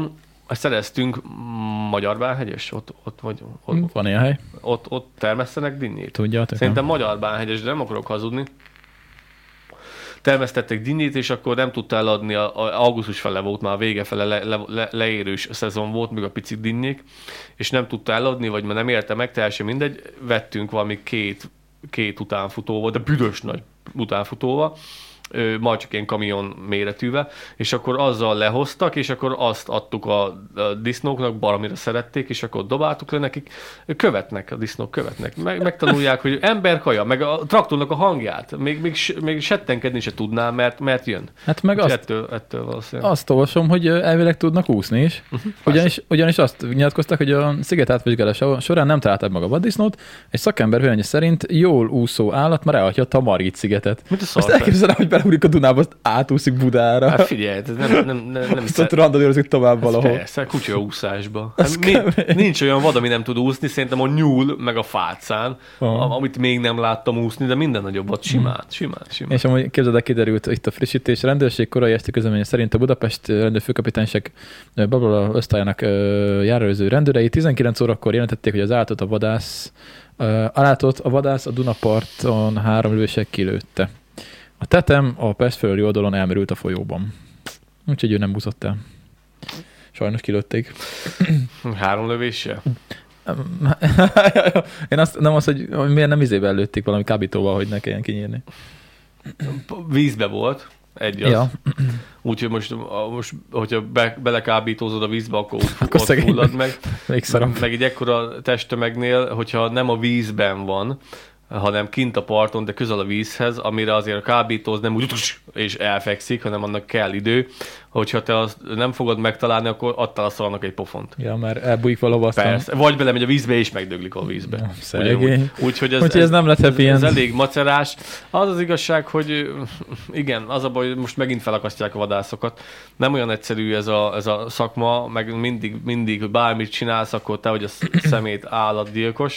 Speaker 2: szereztünk Magyarbánhegyes, ott, ott vagy... Ott,
Speaker 1: Van ilyen hely?
Speaker 2: Ott, ott termesztenek dinnyét?
Speaker 1: Tudjátok?
Speaker 2: Szerintem Magyarbánhegyes, de nem akarok hazudni. Termesztettek dinnyét, és akkor nem tudta eladni, a, a augusztus fele volt, már a vége fele le, le, le, leérős szezon volt, még a picit dinnyék, és nem tudta eladni, vagy már nem érte meg, teljesen mindegy, vettünk valami két, két utánfutóval, de büdös nagy utánfutóval, majd csak ilyen kamion méretűvel, és akkor azzal lehoztak, és akkor azt adtuk a, a disznóknak, baromira szerették, és akkor dobáltuk le nekik. Követnek, a disznók követnek. Meg, megtanulják, hogy emberkaja, meg a traktornak a hangját. Még, még, még settenkedni se tudnál, mert, mert jön.
Speaker 1: Hát meg azt,
Speaker 2: ettől, ettől valószínűleg.
Speaker 1: Azt olvasom, hogy elvileg tudnak úszni is. Uh-huh, ugyanis, ugyanis azt nyilatkoztak, hogy a sziget átvizsgálása során nem találták meg a vaddisznót, és szakember véleménye szerint jól úszó állat már elhagyhatta a Margit szigetet. Azt elképzelem, hogy belehúrik a Dunába, azt átúszik Budára.
Speaker 2: Hát figyelj, ez nem, nem, nem, nem
Speaker 1: azt ott randalírozik tovább
Speaker 2: ez
Speaker 1: valahol.
Speaker 2: Persze, kutyaúszásba. Hát, nincs olyan vad, ami nem tud úszni, szerintem a nyúl, meg a fácán, oh. amit még nem láttam úszni, de minden nagyobb vad simán, hmm. simán, simán.
Speaker 1: És amúgy képzeld el, kiderült itt a frissítés. Rendőrség korai esti közleménye szerint a Budapest rendőrfőkapitányság Babrola osztályának járőröző rendőrei tizenkilenc órakor jelentették, hogy az állatot a vadász állátot a vadász a Dunaparton három lövések kilőtte. A tetem a Pest fölöli oldalon elmerült a folyóban. Úgyhogy ő nem úszott el. Sajnos kilőtték.
Speaker 2: Három lövéssel?
Speaker 1: Én azt nem az, hogy miért nem izével lőtték valami kábítóval, hogy ne kelljen kinyírni.
Speaker 2: Vízbe volt. Egy az.
Speaker 1: Ja.
Speaker 2: Úgyhogy most, most hogyha be, belekábítózod a vízbe, akkor, akkor ott hullad meg. meg. Meg egy ekkora testtömegnél, hogyha nem a vízben van, hanem kint a parton, de közel a vízhez, amire azért a kábítóz nem úgy és elfekszik, hanem annak kell idő. Hogyha te azt nem fogod megtalálni, akkor adtál a szalnak egy pofont.
Speaker 1: Ja, mert elbújik valahova aztán.
Speaker 2: Persze. Vagy belemegy a vízbe, és megdöglik a vízbe.
Speaker 1: Ja, úgy,
Speaker 2: Úgyhogy ez,
Speaker 1: úgy, ez, ez, nem lett
Speaker 2: ez,
Speaker 1: ez
Speaker 2: elég macerás. Az az igazság, hogy igen, az a baj, hogy most megint felakasztják a vadászokat. Nem olyan egyszerű ez a, ez a szakma, meg mindig, mindig, hogy bármit csinálsz, akkor te vagy a szemét állatgyilkos.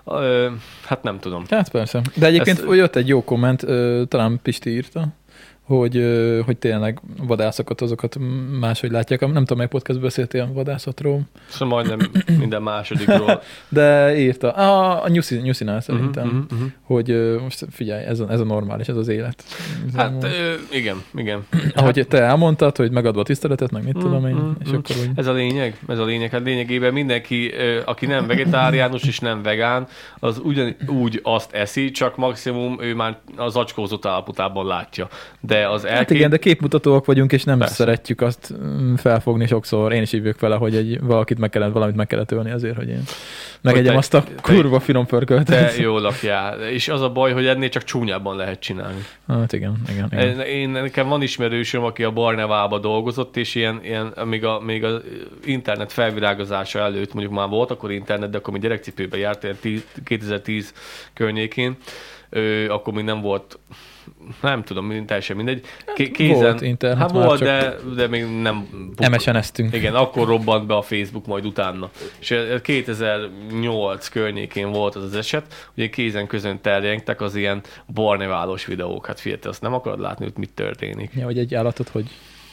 Speaker 2: Hát nem tudom.
Speaker 1: Hát persze. De egyébként Ezt... jött egy jó komment, talán Pisti írta, hogy, hogy tényleg vadászokat, azokat máshogy látják. Nem tudom, mely podcastban beszéltél a vadászatról.
Speaker 2: Szóval majdnem minden másodikról.
Speaker 1: De írta. A, a Nyuszi, Nyuszinál szerintem,
Speaker 2: uh-huh, uh-huh.
Speaker 1: hogy most figyelj, ez a, ez a normális, ez az élet. Ez
Speaker 2: hát ö, igen, igen.
Speaker 1: Ahogy
Speaker 2: hát...
Speaker 1: te elmondtad, hogy megadva a tiszteletet, meg mit tudom én.
Speaker 2: Mm,
Speaker 1: és
Speaker 2: mm,
Speaker 1: akkor úgy...
Speaker 2: Ez a lényeg, ez a lényeg. Hát lényegében mindenki, aki nem vegetáriánus és nem vegán, az ugyanúgy azt eszi, csak maximum ő már az acskózott állapotában látja. De az elkép...
Speaker 1: Hát igen, de képmutatóak vagyunk, és nem
Speaker 2: Persze.
Speaker 1: szeretjük azt felfogni sokszor. Én is így vagyok vele, hogy egy, valakit meg kellett, valamit meg kellett ölni azért, hogy én megegyem azt a kurva te, finom pörköltet.
Speaker 2: Te jól lakjál. És az a baj, hogy ennél csak csúnyábban lehet csinálni.
Speaker 1: Hát igen, igen. igen.
Speaker 2: Én, nekem van ismerősöm, aki a Barnevába dolgozott, és ilyen, ilyen még, a, még az internet felvirágozása előtt, mondjuk már volt akkor internet, de akkor mi gyerekcipőben járt, kétezer-tíz környékén, ö, akkor még nem volt, nem tudom, teljesen mindegy.
Speaker 1: Kézen, volt internet.
Speaker 2: Hát volt, de, de még nem...
Speaker 1: em es en-eztünk.
Speaker 2: Igen, akkor robbant be a Facebook majd utána. És kétezer-nyolc környékén volt az az eset, hogy kézen közön terjengtek az ilyen barneválós videók. Hát figyelj, azt nem akarod látni, hogy mit történik.
Speaker 1: Ja, vagy egy állatot, hogy...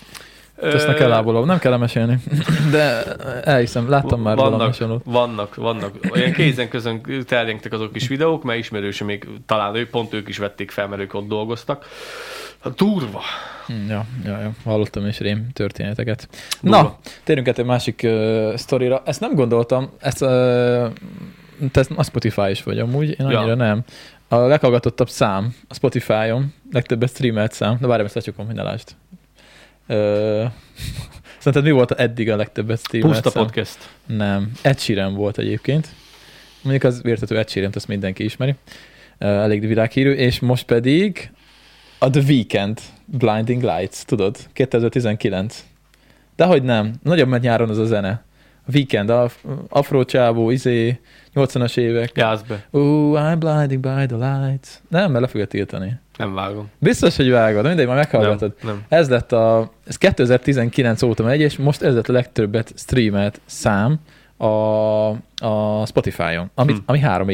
Speaker 1: Ezt ne kell ábolom, nem kell mesélni. De elhiszem, láttam már
Speaker 2: vannak,
Speaker 1: valami hasonlót.
Speaker 2: Vannak, vannak. Olyan kézen közön terjengtek azok is videók, mert ismerősöm még talán ő, pont ők is vették fel, mert ők ott dolgoztak. Hát durva.
Speaker 1: Ja, ja, ja, hallottam is rém történeteket. Durva. Na, térjünk át egy másik uh, sztorira. Ezt nem gondoltam, ezt, uh, te a Spotify is vagy amúgy, én annyira ja. nem. A leghallgatottabb szám a Spotify-on, legtöbbet streamelt szám, de várjam, ezt lecsukom, hogy ne lásd. Uh, szerinted mi volt eddig a legtöbbet streamelt
Speaker 2: Puszta podcast.
Speaker 1: Nem. Ed Sheeran volt egyébként. Mondjuk az értető Ed Sheeran-t, azt mindenki ismeri. Uh, elég világhírű. És most pedig a The Weeknd Blinding Lights, tudod? kétezer-tizenkilenc. Dehogy nem. Nagyobb, mert nyáron az a zene. A Weeknd, a afro csávó, izé, nyolcvanas évek.
Speaker 2: Jázz be.
Speaker 1: Ooh, I'm blinding by the lights. Nem, mert le fogja tiltani.
Speaker 2: Nem vágom.
Speaker 1: Biztos, hogy vágod, mindegy, majd meghallgatod.
Speaker 2: Nem, nem.
Speaker 1: Ez lett a, ez kétezer-tizenkilenc óta megy, és most ez lett a legtöbbet streamelt szám a, a Spotify-on, amit, hm. ami három éve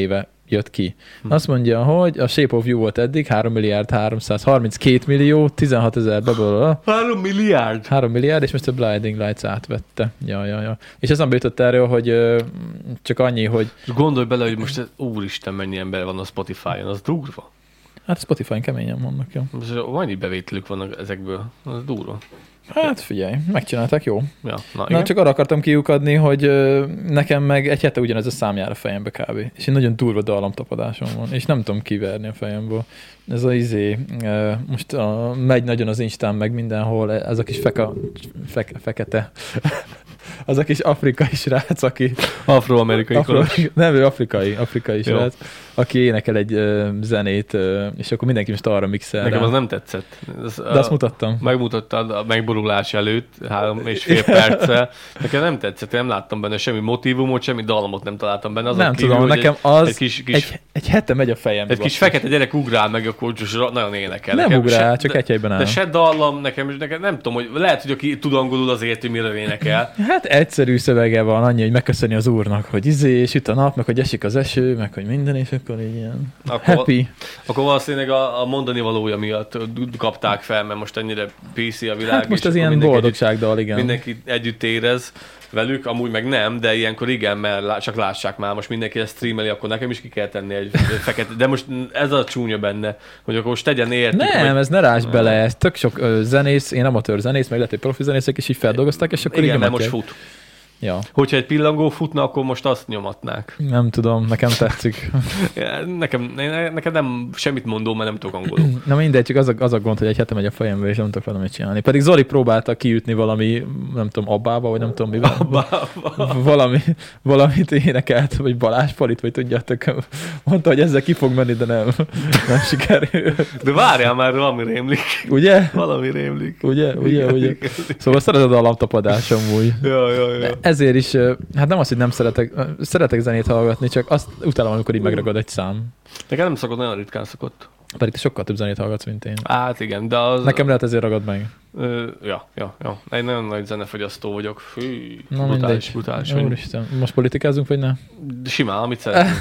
Speaker 1: jött ki. Azt mondja, hogy a Shape of You volt eddig három milliárd háromszázharminckét millió, tizenhatezer beből.
Speaker 2: három milliárd?
Speaker 1: három milliárd, és most a Blinding Lights átvette. Ja, ja, ja. És eszembe jutott erről, hogy ö, csak annyi, hogy...
Speaker 2: Gondolj bele, hogy most ez, úristen, mennyi ember van a Spotify-on, az durva.
Speaker 1: Hát Spotify-n keményen vannak, jó.
Speaker 2: Annyi bevételük vannak ezekből, az durva.
Speaker 1: Hát figyelj, megcsinálták, jó.
Speaker 2: Ja, na,
Speaker 1: Na, csak arra akartam kiukadni, hogy ö, nekem meg egy hete ugyanez a szám jár a fejembe kb. És egy nagyon durva dallamtapadásom van, és nem tudom kiverni a fejemből. Ez a izé, ö, most a, megy nagyon az Instán meg mindenhol, ez a kis feka, fek, fekete, az a kis afrikai srác, aki...
Speaker 2: Afroamerikai
Speaker 1: Afro, nem, ő afrikai, afrikai srác, aki énekel egy ö, zenét, ö, és akkor mindenki most arra mixel.
Speaker 2: Nekem
Speaker 1: rá.
Speaker 2: az nem tetszett. Ez,
Speaker 1: De azt mutattam.
Speaker 2: Megmutattad a megborulás előtt, három és fél perccel. Nekem nem tetszett, nem láttam benne semmi motívumot, semmi dallamot nem találtam benne. Az
Speaker 1: Nem
Speaker 2: kívül,
Speaker 1: tudom, nekem
Speaker 2: egy,
Speaker 1: az
Speaker 2: egy, kis, kis,
Speaker 1: egy, egy hete megy a fejembe.
Speaker 2: egy kis fekete gyerek ugrál meg, akkor nagyon énekel.
Speaker 1: Nem
Speaker 2: nekem
Speaker 1: ugrál,
Speaker 2: se,
Speaker 1: csak
Speaker 2: de,
Speaker 1: egy helyben áll.
Speaker 2: De se dallam, nekem, nekem nem tudom, hogy lehet, hogy aki tud angolul azért, hogy mire énekel.
Speaker 1: Hát egyszerű szövege van, annyi, hogy megköszöni az úrnak, hogy izé, süt a nap, meg hogy esik az eső, meg hogy minden, és akkor így ilyen
Speaker 2: Akkor,
Speaker 1: happy.
Speaker 2: akkor valószínűleg a, a mondani valója miatt kapták fel, mert most ennyire pé cé a világ.
Speaker 1: Hát most
Speaker 2: és
Speaker 1: az
Speaker 2: akkor
Speaker 1: ilyen
Speaker 2: mindenki
Speaker 1: boldogságdal,
Speaker 2: együtt,
Speaker 1: igen.
Speaker 2: mindenki együtt érez velük, amúgy meg nem, de ilyenkor igen, mert lá, csak lássák már, most mindenki ezt streameli, akkor nekem is ki kell tenni egy fekete, de most ez a csúnya benne, hogy akkor most tegyen értük.
Speaker 1: Nem,
Speaker 2: hogy...
Speaker 1: ez ne rás bele, ez tök sok ö, zenész, én amatőr zenész, meg lehet, hogy profi zenészek is így feldolgozták, és akkor
Speaker 2: igen,
Speaker 1: így
Speaker 2: mert most
Speaker 1: nyomatják.
Speaker 2: fut.
Speaker 1: Ja.
Speaker 2: Hogyha egy pillangó futna, akkor most azt nyomatnák.
Speaker 1: Nem tudom, nekem tetszik.
Speaker 2: Nekem, nekem nem semmit mondó, mert nem tudok angolul.
Speaker 1: Na mindegy, csak az a, az a gond, hogy egy hete megy a fejembe, és nem tudok valamit csinálni. Pedig Zoli próbálta kiütni valami, nem tudom, abbába, vagy nem tudom mivel.
Speaker 2: Abbába.
Speaker 1: Valami, valamit énekelt, vagy Balázs Palit, vagy tudjátok. Mondta, hogy ezzel ki fog menni, de nem, nem sikerült.
Speaker 2: De várjál már, valami rémlik.
Speaker 1: Ugye?
Speaker 2: Valami rémlik.
Speaker 1: Ugye, ugye, ugye. Szóval szereted a lamtapadás amúgy.
Speaker 2: Ja, ja, ja.
Speaker 1: Ezért is, hát nem az, hogy nem szeretek, szeretek zenét hallgatni, csak azt utálom, amikor így megragad egy szám.
Speaker 2: Nekem nem szokott, nagyon ritkán szokott.
Speaker 1: Pedig te sokkal több zenét hallgatsz, mint én.
Speaker 2: Hát igen, de az...
Speaker 1: Nekem lehet ezért ragad meg.
Speaker 2: Ö, ja, ja, ja. Egy nagyon nagy zenefogyasztó vagyok. Fű,
Speaker 1: Na
Speaker 2: brutális,
Speaker 1: mindegy.
Speaker 2: brutális.
Speaker 1: Úristen, most politikázunk, vagy ne?
Speaker 2: Simán, amit szeretnél.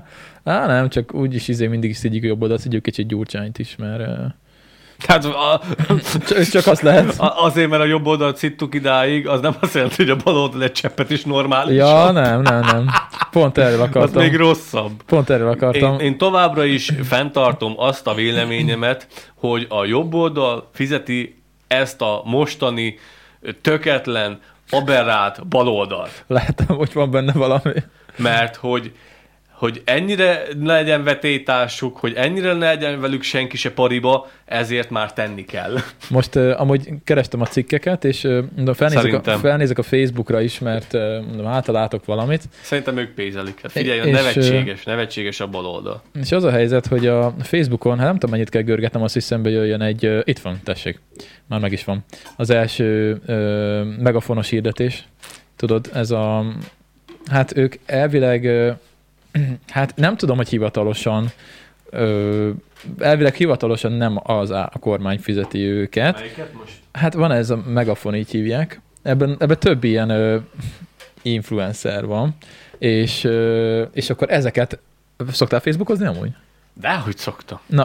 Speaker 1: Á, nem, csak úgyis izé mindig szidjuk a jobb oldalt, szidjuk kicsit Gyurcsányt is, mert...
Speaker 2: Hát a,
Speaker 1: csak, csak azt lehet.
Speaker 2: Azért, mert a jobb oldalt szittuk idáig, az nem azt jelenti, hogy a bal oldal egy cseppet is normális.
Speaker 1: Ja, nem, nem, nem. Pont erről akartam.
Speaker 2: Az még rosszabb.
Speaker 1: Pont erről akartam.
Speaker 2: Én, én továbbra is fenntartom azt a véleményemet, hogy a jobb oldal fizeti ezt a mostani töketlen, aberrált baloldalt.
Speaker 1: Lehet, hogy van benne valami.
Speaker 2: Mert hogy hogy ennyire ne legyen vetélytársuk, hogy ennyire ne legyen velük senki se pariba, ezért már tenni kell.
Speaker 1: Most uh, amúgy kerestem a cikkeket, és uh, felnézek, a, felnézek a Facebookra is, mert uh, általátok valamit.
Speaker 2: Szerintem ők pénzelik. Hát figyelj,
Speaker 1: és,
Speaker 2: nevetséges, nevetséges a baloldal.
Speaker 1: És az a helyzet, hogy a Facebookon, hát nem tudom, mennyit kell görgetnem, azt hiszem, hogy jöjjön egy, uh, itt van, tessék, már meg is van. Az első uh, megafonos hirdetés, tudod, ez a, hát ők elvileg uh, hát nem tudom, hogy hivatalosan, ö, elvileg hivatalosan nem az a kormány fizeti őket.
Speaker 2: Melyiket most?
Speaker 1: Hát van ez a megafon, így hívják. Ebben, ebben több ilyen ö, influencer van, és, ö, és akkor ezeket szoktál Facebookozni amúgy?
Speaker 2: Dehogy szoktam.
Speaker 1: Na,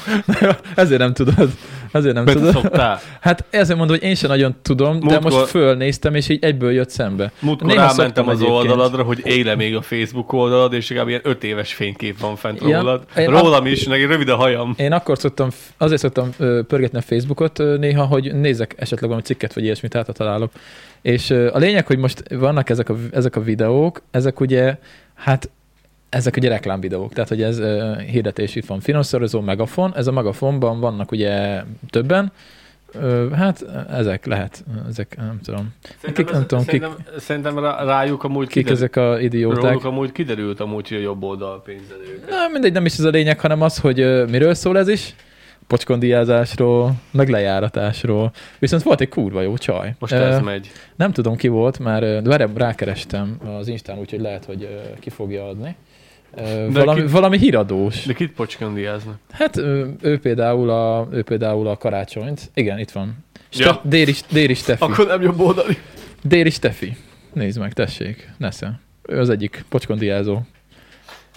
Speaker 1: ezért nem tudod. Ezért nem
Speaker 2: Mert
Speaker 1: tudod.
Speaker 2: szoktál.
Speaker 1: Hát ezért mondom, hogy én sem nagyon tudom,
Speaker 2: Múltkor...
Speaker 1: de most fölnéztem, és így egyből jött szembe.
Speaker 2: Múltkor rámentem az oldaladra, hogy éle még a Facebook oldalad, és legalább ilyen öt éves fénykép van fent ja, rólad. Rólam is, neki rövid a hajam.
Speaker 1: Én akkor szoktam, azért szoktam ö, pörgetni a Facebookot ö, néha, hogy nézek esetleg valami cikket, vagy ilyesmit, hát találok. És ö, a lényeg, hogy most vannak ezek a, ezek a videók, ezek ugye, hát ezek ugye reklámvideók, tehát hogy ez uh, hirdetés itt van, finanszírozó Megafon, ez a Megafonban vannak ugye többen, uh, hát ezek lehet, ezek nem tudom.
Speaker 2: Szerintem,
Speaker 1: Kik, nem tudom,
Speaker 2: szerintem,
Speaker 1: kik,
Speaker 2: szerintem rájuk amúgy
Speaker 1: kik
Speaker 2: kiderült,
Speaker 1: ezek a idióták.
Speaker 2: róluk amúgy kiderült amúgy, hogy a jobb oldal pénzelők.
Speaker 1: Na, mindegy, nem is ez a lényeg, hanem az, hogy uh, miről szól ez is, pocskondiázásról, meg lejáratásról. Viszont volt egy kurva jó csaj.
Speaker 2: Most ez
Speaker 1: uh,
Speaker 2: megy.
Speaker 1: Nem tudom ki volt, már uh, rákerestem az Instán, úgyhogy lehet, hogy uh, ki fogja adni. Uh, valami,
Speaker 2: ki,
Speaker 1: valami híradós.
Speaker 2: De kit pocskondiáznak?
Speaker 1: Hát ő, ő, például a, ő például a karácsonyt. Igen, itt van. Ste-
Speaker 2: ja.
Speaker 1: Déri, Déri Stefi.
Speaker 2: Akkor nem jobb oldali.
Speaker 1: Déri Stefi. Nézd meg, tessék. Nesze. Ő az egyik pocskondiázó.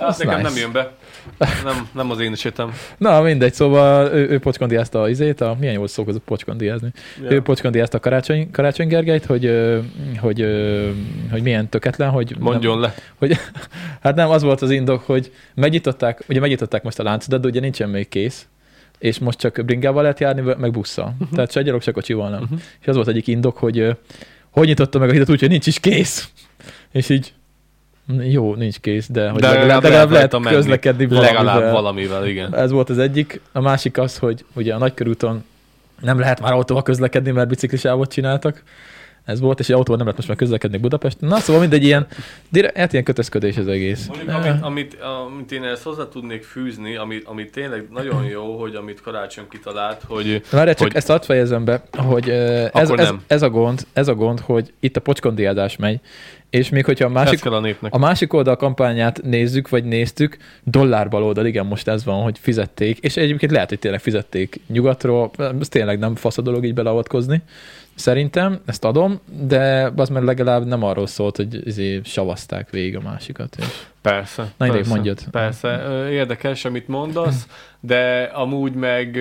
Speaker 2: Az nekem
Speaker 1: nice.
Speaker 2: nem jön be. Nem, nem az én esetem.
Speaker 1: Na mindegy, szóval ő, ő pocskondiázta a izét, a, milyen jól szókozott pocskondiázni. Ja. Ő pocskondiázta a Karácsony, Karácsony Gergelyt, hogy, hogy, hogy, hogy milyen töketlen, hogy...
Speaker 2: Mondjon
Speaker 1: nem,
Speaker 2: le.
Speaker 1: Hogy, hát nem, az volt az indok, hogy megnyitották, ugye megnyitották most a láncodat, de ugye nincsen még kész, és most csak bringával lehet járni, meg busszal. Uh-huh. Tehát se gyalog, se kocsival nem. Uh-huh. És az volt egyik indok, hogy hogy nyitotta meg a hidat úgy, hogy nincs is kész. És így jó, nincs kész, de, hogy
Speaker 2: de
Speaker 1: legalább, legalább lehet közlekedni valamivel.
Speaker 2: Legalább valamivel, igen.
Speaker 1: Ez volt az egyik. A másik az, hogy ugye a Nagykörúton nem lehet már autóval közlekedni, mert biciklisávot csináltak. Ez volt, és egy autóval nem lehet most már közlekedni Budapesten. Na, szóval mindegy ilyen, hát ilyen kötözködés az egész.
Speaker 2: Mondjuk, amit, amit, amit én ezt hozzá tudnék fűzni, amit, amit tényleg nagyon jó, hogy amit Karácsony kitalált, hogy...
Speaker 1: Várj, csak
Speaker 2: hogy...
Speaker 1: ezt hadd fejezem be, hogy ez, ez, ez, a gond, ez a gond, hogy itt a pocskondiázás megy, és még hogyha a másik, a, a másik oldal kampányát nézzük, vagy néztük, dollár oldal, igen, most ez van, hogy fizették, és egyébként lehet, hogy tényleg fizették nyugatról, ez tényleg nem fasz a dolog így beleavatkozni. Szerintem, ezt adom, de az már legalább nem arról szólt, hogy izé savazták végig a másikat. És...
Speaker 2: Persze.
Speaker 1: Na idég, mondjad.
Speaker 2: Persze. Érdekes, amit mondasz, de amúgy meg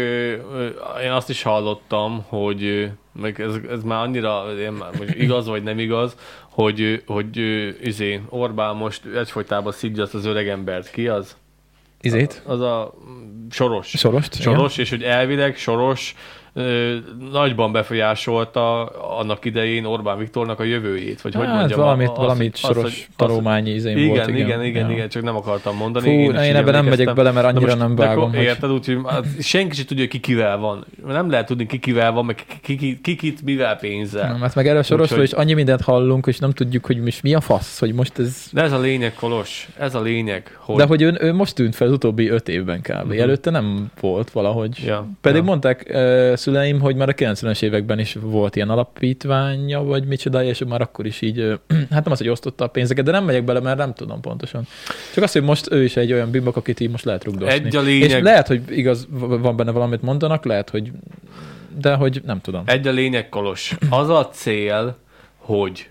Speaker 2: én azt is hallottam, hogy meg ez, ez már annyira most igaz vagy nem igaz, hogy, hogy izé, Orbán most egyfolytában szidja azt az öreg embert. Ki az?
Speaker 1: Izét?
Speaker 2: Az a Soros.
Speaker 1: Sorost,
Speaker 2: Soros, igen. És hogy elvileg Soros ö, nagyban befolyásolta annak idején Orbán Viktornak a jövőjét, vagy hát, hogy mondjam.
Speaker 1: Valamit,
Speaker 2: az,
Speaker 1: valamit
Speaker 2: az,
Speaker 1: Soros
Speaker 2: az,
Speaker 1: talományi izén
Speaker 2: igen,
Speaker 1: volt.
Speaker 2: Igen, igen, igen, ja. igen, csak nem akartam mondani.
Speaker 1: Fú, én, én ebben nem megyek bele, mert annyira nem vágom.
Speaker 2: Hogy... Érted, úgyhogy senki sem tudja, hogy ki kivel van. Nem lehet tudni, ki kivel van, meg ki, ki, ki kit mivel pénzzel.
Speaker 1: Nem, hát meg erről a Sorosról is annyi mindent hallunk, és nem tudjuk, hogy most mi a fasz, hogy most ez...
Speaker 2: De ez a lényeg, Kolos, ez a lényeg.
Speaker 1: Hogy... De hogy ő, ő most tűnt fel az utóbbi öt évben kb. Uh-huh. Előtte nem volt valahogy.
Speaker 2: Ja,
Speaker 1: Pedig
Speaker 2: ja.
Speaker 1: mondták uh, szüleim, hogy már a kilencvenes években is volt ilyen alapítványa, vagy micsoda, és már akkor is így, uh, hát nem az, hogy osztotta a pénzeket, de nem megyek bele, mert nem tudom pontosan. Csak az, hogy most ő is egy olyan bimbok, akit így most lehet rugdosni.
Speaker 2: Egy a lényeg...
Speaker 1: És lehet, hogy igaz, van benne valamit mondanak, lehet, hogy de hogy nem tudom.
Speaker 2: Egy a lényeg, Kolos. Az a cél, hogy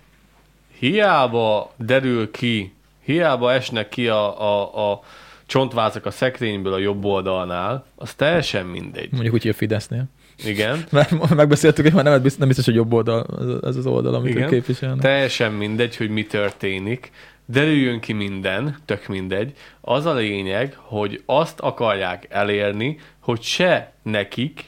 Speaker 2: hiába derül ki, hiába esnek ki a, a, a csontvázak a szekrényből a jobb oldalnál, az teljesen mindegy.
Speaker 1: Mondjuk úgy, hogy a Fidesznél.
Speaker 2: Igen.
Speaker 1: Mert megbeszéltük, hogy már nem biztos, nem biztos, hogy jobb oldal ez az oldal, amit ők képviselnek.
Speaker 2: Teljesen mindegy, hogy mi történik. Derüljön ki minden, tök mindegy. Az a lényeg, hogy azt akarják elérni, hogy se nekik,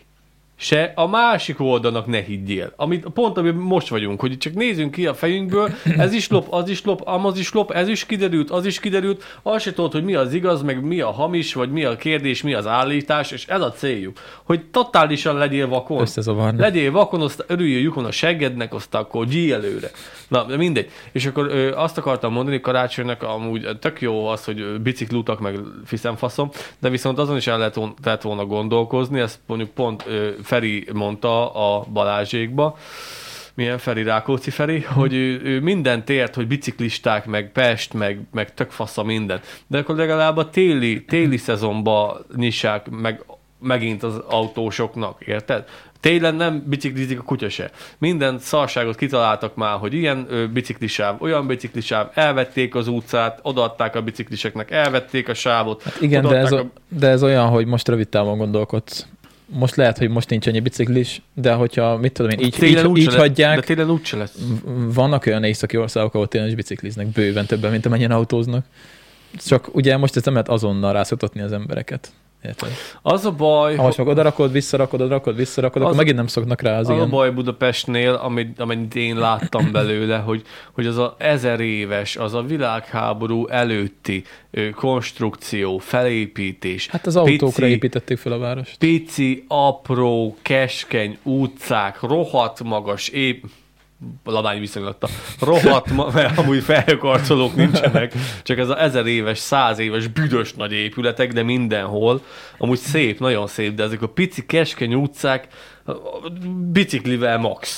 Speaker 2: se a másik oldalnak ne higgyél. Amit, pont, amiben most vagyunk, hogy csak nézzünk ki a fejünkből, ez is lop, az is lop, amaz is lop, ez is kiderült, az is kiderült, azt se tudod, hogy mi az igaz, meg mi a hamis, vagy mi a kérdés, mi az állítás, és ez a céljuk, hogy totálisan legyél vakon.
Speaker 1: Összezavarni.
Speaker 2: Legyél vakon, azt örüljél lyukon a seggednek, azt akkor gyí előre. Na, de mindegy. És akkor ö, azt akartam mondani, Karácsonynak amúgy tök jó az, hogy biciklutak, meg fiszemfaszom, de viszont azon is el lehet volna gondolkozni, ezt mondjuk pont ö, Feri mondta a Balázsékba, milyen Feri, Rákóczi Feri, hogy ő, ő mindent ért, hogy biciklisták, meg Pest, meg, meg tök fasza minden. De akkor legalább a téli, téli szezonban nyissák meg megint az autósoknak, érted? Télen nem biciklizik a kutya se. Minden szarságot kitaláltak már, hogy ilyen ö, biciklisáv, olyan biciklisáv, elvették az utcát, odaadták a bicikliseknek, elvették a sávot.
Speaker 1: Hát igen, de ez, a... de ez olyan, hogy most rövid távon gondolkodsz. Most lehet, hogy most nincs annyi biciklis, de hogyha, mit tudom én, így, így, így hagyják.
Speaker 2: De télen úgyse lesz.
Speaker 1: Vannak olyan északi országok, ahol télen is bicikliznek, bőven többen, mint amennyien autóznak. Csak ugye most ezt nem lehet azonnal rászoktatni az embereket. Érted?
Speaker 2: Az a baj...
Speaker 1: Ha most meg odarakod, visszarakod, odarakod, visszarakod, akkor megint nem szoknak rá az, az ilyen.
Speaker 2: A baj Budapestnél, amit, amit én láttam belőle, hogy, hogy az a ezer éves, az a világháború előtti ö, konstrukció, felépítés.
Speaker 1: Hát az autókra pici, építették fel a várost.
Speaker 2: Pici, apró, keskeny utcák, rohadt magas ép... Ladány viszonylatta. Rohadt, mert amúgy felhőkarcolók nincsenek, csak ez az ezer éves, száz éves, büdös nagy épületek, de mindenhol. Amúgy szép, nagyon szép, de ezek a pici, keskeny utcák biciklivel max.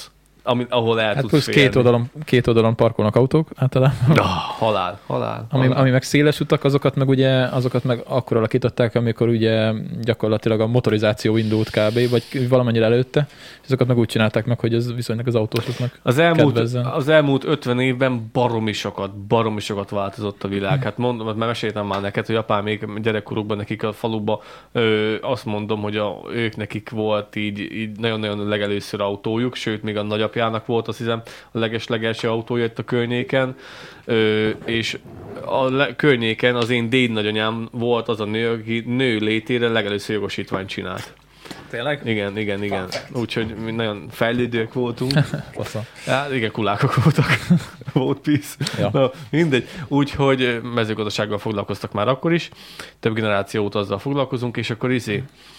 Speaker 2: ami, ahol el
Speaker 1: Hát
Speaker 2: tudsz
Speaker 1: plusz
Speaker 2: férni.
Speaker 1: két oldalon, két oldalon parkolnak autók általában.
Speaker 2: Ah, halál, halál.
Speaker 1: Ami,
Speaker 2: halál.
Speaker 1: ami meg széles utak, azokat meg ugye, azokat meg akkor alakították, amikor ugye gyakorlatilag a motorizáció indult kb. Vagy valamennyire előtte, és azokat meg úgy csinálták meg, hogy ez viszonylag az autósoknak
Speaker 2: Az elmúlt,
Speaker 1: kedvezzen.
Speaker 2: az elmúlt ötven évben baromi sokat, baromi sokat változott a világ. Hát mondom, mert meséltem már neked, hogy apám még gyerekkorukban nekik a faluba ö, azt mondom, hogy a, ők nekik volt így, így nagyon-nagyon legelőször autójuk, sőt, még a nagyapjának volt, azt hiszem, a leges-legelső autója itt a környéken, ö, és a le, környéken az én dédnagyanyám volt az a nő, aki nő létére legelőször jogosítványt csinált.
Speaker 1: Tényleg?
Speaker 2: Igen, igen, igen. Úgyhogy mi nagyon fejlődőek voltunk.
Speaker 1: Fasza.
Speaker 2: Hát igen, kulákok voltak. Volt pisz.
Speaker 1: Ja.
Speaker 2: Na, mindegy. Úgyhogy mezőgazdasággal foglalkoztak már akkor is. Több generáció óta azzal foglalkozunk, és akkor izé,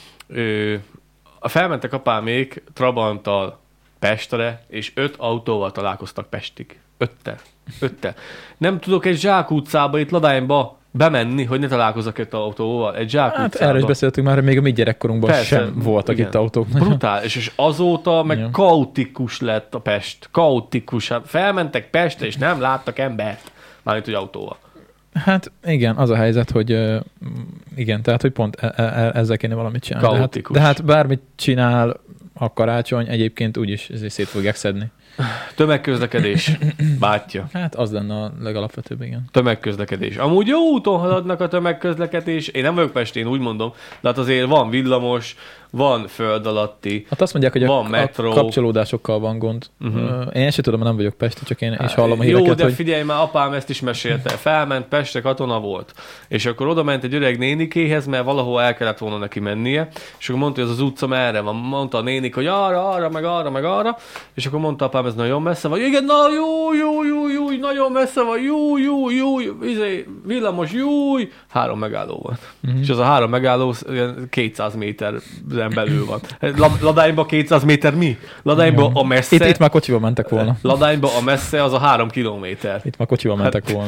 Speaker 2: ö, felmentek apámék Trabanttal Pestre, és öt autóval találkoztak Pestig. Öttel. Öttel. Nem tudok egy Zsák utcába, itt Ladányba bemenni, hogy ne találkozzak öt autóval. Egy Zsák
Speaker 1: Hát
Speaker 2: utcába.
Speaker 1: erről is beszéltünk már, hogy még a mi gyerekkorunkban
Speaker 2: Persze,
Speaker 1: sem voltak
Speaker 2: igen.
Speaker 1: itt autók.
Speaker 2: Brutál, és, és azóta meg
Speaker 1: Igen.
Speaker 2: kaotikus lett a Pest. Kaotikus. Hát felmentek Pestre, és nem láttak embert. Mármint, hogy autóval.
Speaker 1: Hát igen, az a helyzet, hogy ö, igen, tehát, hogy pont e- e- ezzel kéne valamit csinálni. De hát,
Speaker 2: Kaotikus.
Speaker 1: de hát bármit csinál a karácsony, egyébként úgyis ezért szét fogják szedni.
Speaker 2: Tömegközlekedés. Bátya.
Speaker 1: Hát az lenne a legalapvetőbb, igen.
Speaker 2: Tömegközlekedés. Amúgy jó úton haladnak a tömegközlekedés. Én nem vagyok Pestén, úgy mondom, de hát azért van villamos, van föld alatti.
Speaker 1: Hát azt mondják, hogy
Speaker 2: Van
Speaker 1: a,
Speaker 2: metró.
Speaker 1: a kapcsolódásokkal van gond.
Speaker 2: Uh-huh.
Speaker 1: Uh, én sem tudom, nem vagyok Pesti, csak én is hallom a
Speaker 2: Jó,
Speaker 1: híreket,
Speaker 2: de
Speaker 1: hogy...
Speaker 2: figyelj már, apám ezt is mesélte. Felment Pestre, katona volt. És akkor oda ment egy öreg nénikéhez, mert valahol el kellett volna neki mennie. És akkor mondta, hogy az az utca merre van. Mondta a nénik, hogy arra, arra, meg arra, meg arra. És akkor mondta apám, ez nagyon messze van. Igen, na jó, jó, jó, jó, nagyon messze van. Jó, jó, jó, jó, izé, villamos, jó. Három megálló van. Uh-huh. És az a három megálló olyan kétszáz méteren belül van. Ladányba kétszáz méter mi? Ladányba a messze...
Speaker 1: Itt, itt már kocsival mentek volna.
Speaker 2: Ladányba a messze az a három kilométer.
Speaker 1: Itt már kocsival mentek volna.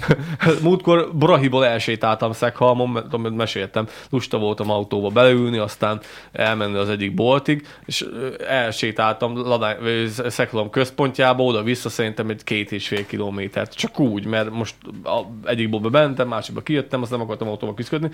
Speaker 2: Múltkor Brahiból elsétáltam Szekhalmon, amit meséltem, lusta voltam autóba beleülni, aztán elmenni az egyik boltig, és elsétáltam Ladány, Szekhalom központjába, oda-vissza szerintem egy két és fél kilométert. Csak úgy, mert most egyik boltba bementem, másikba kijöttem, azt nem akartam autóba küzdködni.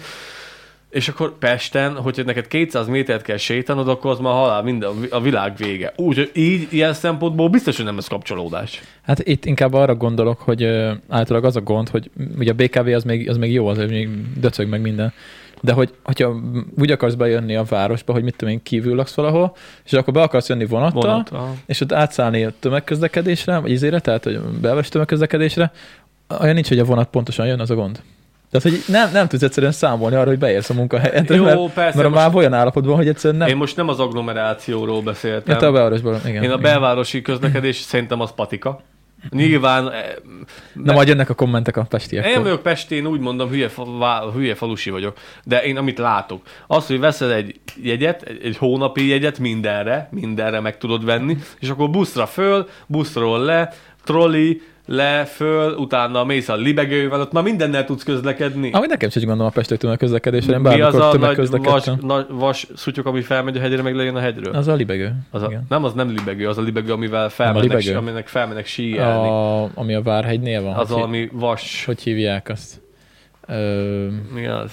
Speaker 2: És akkor Pesten, hogyha neked kétszáz métert kell sétálnod, akkor az már halál, minden, a világ vége. Úgyhogy így, ilyen szempontból biztos, hogy nem lesz kapcsolódás.
Speaker 1: Hát itt inkább arra gondolok, hogy uh, általában az a gond, hogy ugye a bé ká vé az még, az még jó, az még döcög meg minden. De hogy, hogyha úgy akarsz bejönni a városba, hogy mit tudom én, kívül laksz valahol, és akkor be akarsz jönni vonattal,
Speaker 2: Vonat,
Speaker 1: és ott átszállni a tömegközlekedésre, vagy izére, tehát hogy belvárosi tömegközlekedésre, olyan nincs, hogy a vonat pontosan jön, az a gond. Tehát, hogy nem, nem tudsz egyszerűen számolni arra, hogy beérsz a munkahelyedre,
Speaker 2: Jó,
Speaker 1: mert,
Speaker 2: persze,
Speaker 1: mert
Speaker 2: most...
Speaker 1: már olyan állapotban, hogy egyszerűen nem...
Speaker 2: Én most nem az agglomerációról beszéltem.
Speaker 1: Ja, te a belvárosban, igen.
Speaker 2: Én a
Speaker 1: igen.
Speaker 2: belvárosi közlekedés szerintem az patika. Nyilván...
Speaker 1: Na majd jönnek a kommentek a pestiektől.
Speaker 2: Én vagyok Pestén, úgy mondom, hülye, fa, hülye falusi vagyok. De én amit látok, az, hogy veszel egy jegyet, egy, egy hónapi jegyet mindenre, mindenre meg tudod venni, és akkor buszra föl, buszról le, trolli, le, föl, utána mész a libegővel, ott már mindennel tudsz közlekedni.
Speaker 1: Ami nekem sem gondolom a Pestő tömegközlekedésre, én
Speaker 2: Mi az
Speaker 1: bármikor
Speaker 2: a nagy vas,
Speaker 1: tömegközlekedtem.
Speaker 2: nagy vas szutyok, ami felmegy a hegyre, meg lejön a hegyről?
Speaker 1: Az a libegő.
Speaker 2: Az a,
Speaker 1: igen.
Speaker 2: nem, az nem libegő, az a libegő, amivel felmennek,
Speaker 1: libegő?
Speaker 2: aminek felmennek síelni.
Speaker 1: A, ami a Várhegynél van.
Speaker 2: Az
Speaker 1: hogy,
Speaker 2: valami vas...
Speaker 1: hogy hívják azt? Ö,
Speaker 2: Mi az?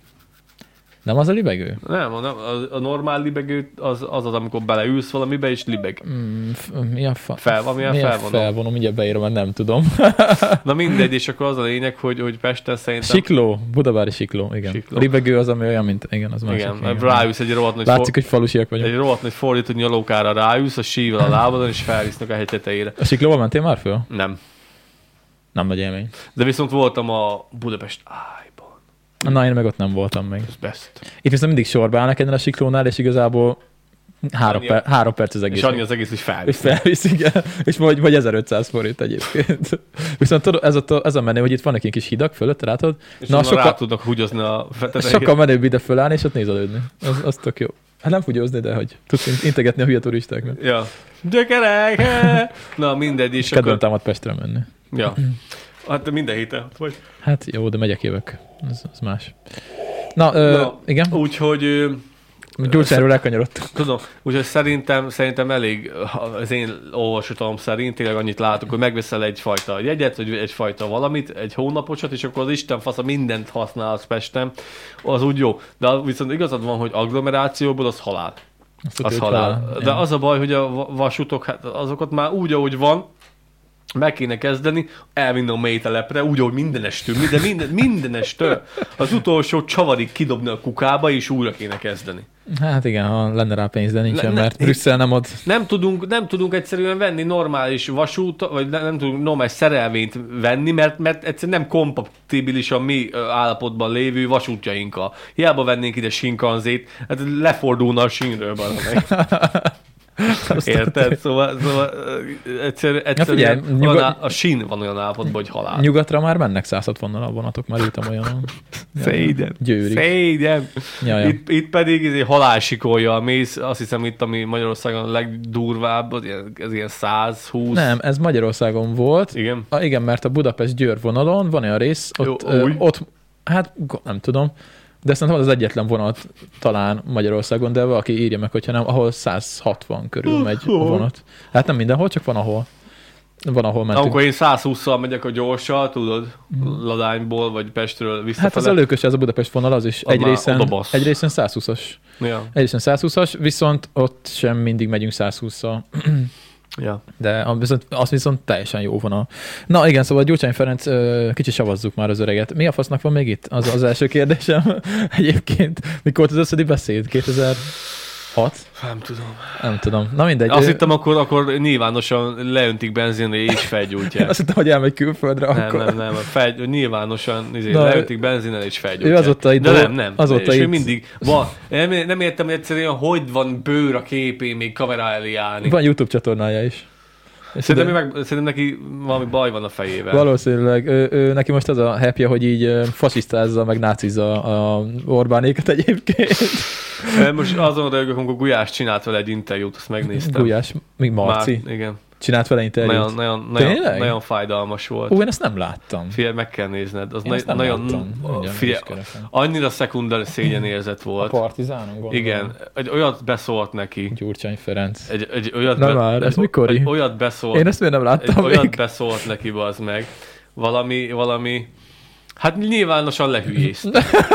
Speaker 1: nem az a libegő?
Speaker 2: Nem, a, a, a normál libegő az, az az, amikor beleülsz valamibe, és libeg.
Speaker 1: Mm, f, mi a fa...
Speaker 2: Fel, valamilyen
Speaker 1: mi a
Speaker 2: felvonó.
Speaker 1: felvonó? Mindjárt beírom, mert nem tudom.
Speaker 2: Na mindegy, és akkor az a lényeg, hogy, hogy Pesten szerintem...
Speaker 1: Sikló, Budavári Sikló, igen.
Speaker 2: Sikló.
Speaker 1: A libegő az, ami olyan, mint... Igen, az másik.
Speaker 2: Igen,
Speaker 1: igen.
Speaker 2: ráülsz egy rohadt nagy,
Speaker 1: Látszik,
Speaker 2: for,
Speaker 1: hogy falusiak vagyunk.
Speaker 2: egy rohadt nagy fordított nyalókára ráülsz, a sível a lábadon, és felvisznek a hegy tetejére.
Speaker 1: A Siklóval mentél már föl?
Speaker 2: Nem.
Speaker 1: Nem nagy élmény.
Speaker 2: De viszont voltam a Budapest ájban.
Speaker 1: Na, én meg ott nem voltam még.
Speaker 2: Ez best.
Speaker 1: Itt viszont mindig sorba állnak ennél a Siklónál, és igazából három,
Speaker 2: Annyi-
Speaker 1: per, három perc az egész.
Speaker 2: És annyi az egész, hogy
Speaker 1: És
Speaker 2: felvisz.
Speaker 1: felvisz, igen. És vagy, vagy ezerötszáz forint egyébként. Viszont tudod, ez a, ez a menő, hogy itt van egy kis hidak fölött, látod?
Speaker 2: És
Speaker 1: Na,
Speaker 2: Na,
Speaker 1: sokkal,
Speaker 2: rá tudnak húgyozni a tetejére.
Speaker 1: sokkal menőbb ide fölállni, és ott nézelődni. Az, az tök jó. Hát nem fugyozni, de hogy tudsz integetni a hülye turistáknak.
Speaker 2: Ja. Gyökerek! he! Na mindegy, és
Speaker 1: Kedvem
Speaker 2: akkor...
Speaker 1: támad Pestre menni.
Speaker 2: Ja. Hát minden héten ott vagy.
Speaker 1: Hát jó, de megyek, jövök. Az, az más. Na, ö,
Speaker 2: Na,
Speaker 1: igen?
Speaker 2: Úgyhogy ö,
Speaker 1: Gyurcsányról elkanyarodtunk.
Speaker 2: Tudom, úgyhogy szerintem, szerintem elég az én olvasatom szerint, tényleg annyit látok, hogy megveszel egyfajta jegyet, vagy egyfajta valamit, egy hónaposat, és akkor az Isten fasza mindent használsz Pesten, az úgy jó. De viszont igazad van, hogy agglomerációból az halál.
Speaker 1: Azt
Speaker 2: Az
Speaker 1: tudja,
Speaker 2: halál.
Speaker 1: halál.
Speaker 2: De az a baj, hogy a vasútok, hát azokat már úgy, ahogy van, meg kéne kezdeni, elvinni a mélytelepre, úgy, ahogy mindenestől, minden, minden, mindenestől. Az utolsó csavarig kidobni a kukába, és újra kéne kezdeni.
Speaker 1: Hát igen, ha lenne rá pénz, de nincsen,
Speaker 2: Ne-
Speaker 1: mert
Speaker 2: ne-
Speaker 1: Brüsszel nem ad.
Speaker 2: Nem tudunk, nem tudunk egyszerűen venni normális vasút, vagy nem, nem tudunk normális szerelvényt venni, mert, mert egyszerűen nem kompatibilis a mi ö, állapotban lévő vasútjainkkal. Hiába vennénk ide Shinkanzét, hát lefordulna a sínről meg. Érted? Szóval, szóval ö, egyszerűen, egyszerűen
Speaker 1: figyelj,
Speaker 2: olyan
Speaker 1: nyugod-
Speaker 2: á- a sín van olyan állapotban, hogy halál.
Speaker 1: Nyugatra már mennek száz hatvannal a vonatok, már ültem olyanon.
Speaker 2: Szégyen.
Speaker 1: Győrig.
Speaker 2: Szégyen.
Speaker 1: Ja, ja.
Speaker 2: Itt, itt pedig izé halálsikolja mész, azt hiszem itt, ami Magyarországon a legdurvább, az ilyen, ez ilyen száz húsz.
Speaker 1: Nem, ez Magyarországon volt.
Speaker 2: Igen.
Speaker 1: A, igen, mert a Budapest-Győr vonalon van olyan rész, ott,
Speaker 2: Jó,
Speaker 1: ö,
Speaker 2: új.
Speaker 1: ott hát go- nem tudom, de szerintem az az egyetlen vonat talán Magyarországon, de valaki írja meg, hogyha nem, ahol száz hatvan körül megy a vonat. Hát nem mindenhol, csak van ahol. Van, ahol mentünk.
Speaker 2: Amikor én száz hússzal megyek a gyorssal, tudod, Ladányból vagy Pestről visszafele.
Speaker 1: Hát az a lőkös, ez a Budapest vonal, az is
Speaker 2: Az
Speaker 1: egy
Speaker 2: már
Speaker 1: részen,
Speaker 2: odabasz.
Speaker 1: egy részen száz húszas.
Speaker 2: Ja.
Speaker 1: Egy részen száz húszas, viszont ott sem mindig megyünk száz hússzal.
Speaker 2: Ja.
Speaker 1: De az viszont, az viszont teljesen jó vonal. Na igen, szóval Gyurcsány Ferenc, ö, kicsit savazzuk már az öreget. Mi a fasznak van még itt? Az az első kérdésem. Egyébként, mikor volt az összedi beszéd? kétezer-hat?
Speaker 2: Nem tudom.
Speaker 1: Nem tudom. Na mindegy.
Speaker 2: Azt
Speaker 1: Ö,
Speaker 2: hittem, akkor, akkor nyilvánosan leöntik benzinre és felgyújtják.
Speaker 1: azt hittem, hogy elmegy külföldre
Speaker 2: Nem,
Speaker 1: akkor.
Speaker 2: nem, nem. Fel, nyilvánosan izé,
Speaker 1: Na,
Speaker 2: leöntik benzinnel és felgyújtják.
Speaker 1: ő azóta itt
Speaker 2: De
Speaker 1: volt-
Speaker 2: nem, nem.
Speaker 1: azóta
Speaker 2: és ő
Speaker 1: itt-
Speaker 2: mindig van. Nem, nem értem hogy egyszerűen, hogy van bőr a képén még kamera elé állni.
Speaker 1: Van YouTube csatornája is. És
Speaker 2: Szerintem,
Speaker 1: de-
Speaker 2: meg, szerintem neki valami baj van a fejével.
Speaker 1: Valószínűleg ő, ő, neki most az a happy, hogy így ö, fasisztázza, meg nácizza a Orbánékat egyébként.
Speaker 2: Most azon rögök, amikor Gulyás csinált vele egy interjút, azt megnéztem.
Speaker 1: Gulyás, még Marci.
Speaker 2: Már, igen.
Speaker 1: Csinált vele interjút.
Speaker 2: Nagyon, nagyon, nagyon,
Speaker 1: Tényleg?
Speaker 2: nagyon fájdalmas volt.
Speaker 1: Ó, én ezt nem láttam.
Speaker 2: Figyelj, meg kell nézned. Az
Speaker 1: Én
Speaker 2: na-
Speaker 1: ezt nem
Speaker 2: nagyon,
Speaker 1: láttam. Mindjárt
Speaker 2: figyelj,
Speaker 1: meg is keresem.
Speaker 2: annyira szekundár szégyenérzet
Speaker 1: A
Speaker 2: volt.
Speaker 1: Partizánon gondolom.
Speaker 2: Igen, egy olyat beszólt neki.
Speaker 1: Gyurcsány Ferenc.
Speaker 2: Egy, egy olyat,
Speaker 1: Na
Speaker 2: be,
Speaker 1: már, ez
Speaker 2: egy,
Speaker 1: mikori?
Speaker 2: egy olyat beszólt,
Speaker 1: Én ezt miért nem
Speaker 2: egy
Speaker 1: láttam
Speaker 2: olyat
Speaker 1: még?
Speaker 2: beszólt neki, bazd meg. Valami, valami, hát nyilvánosan lehülyészt.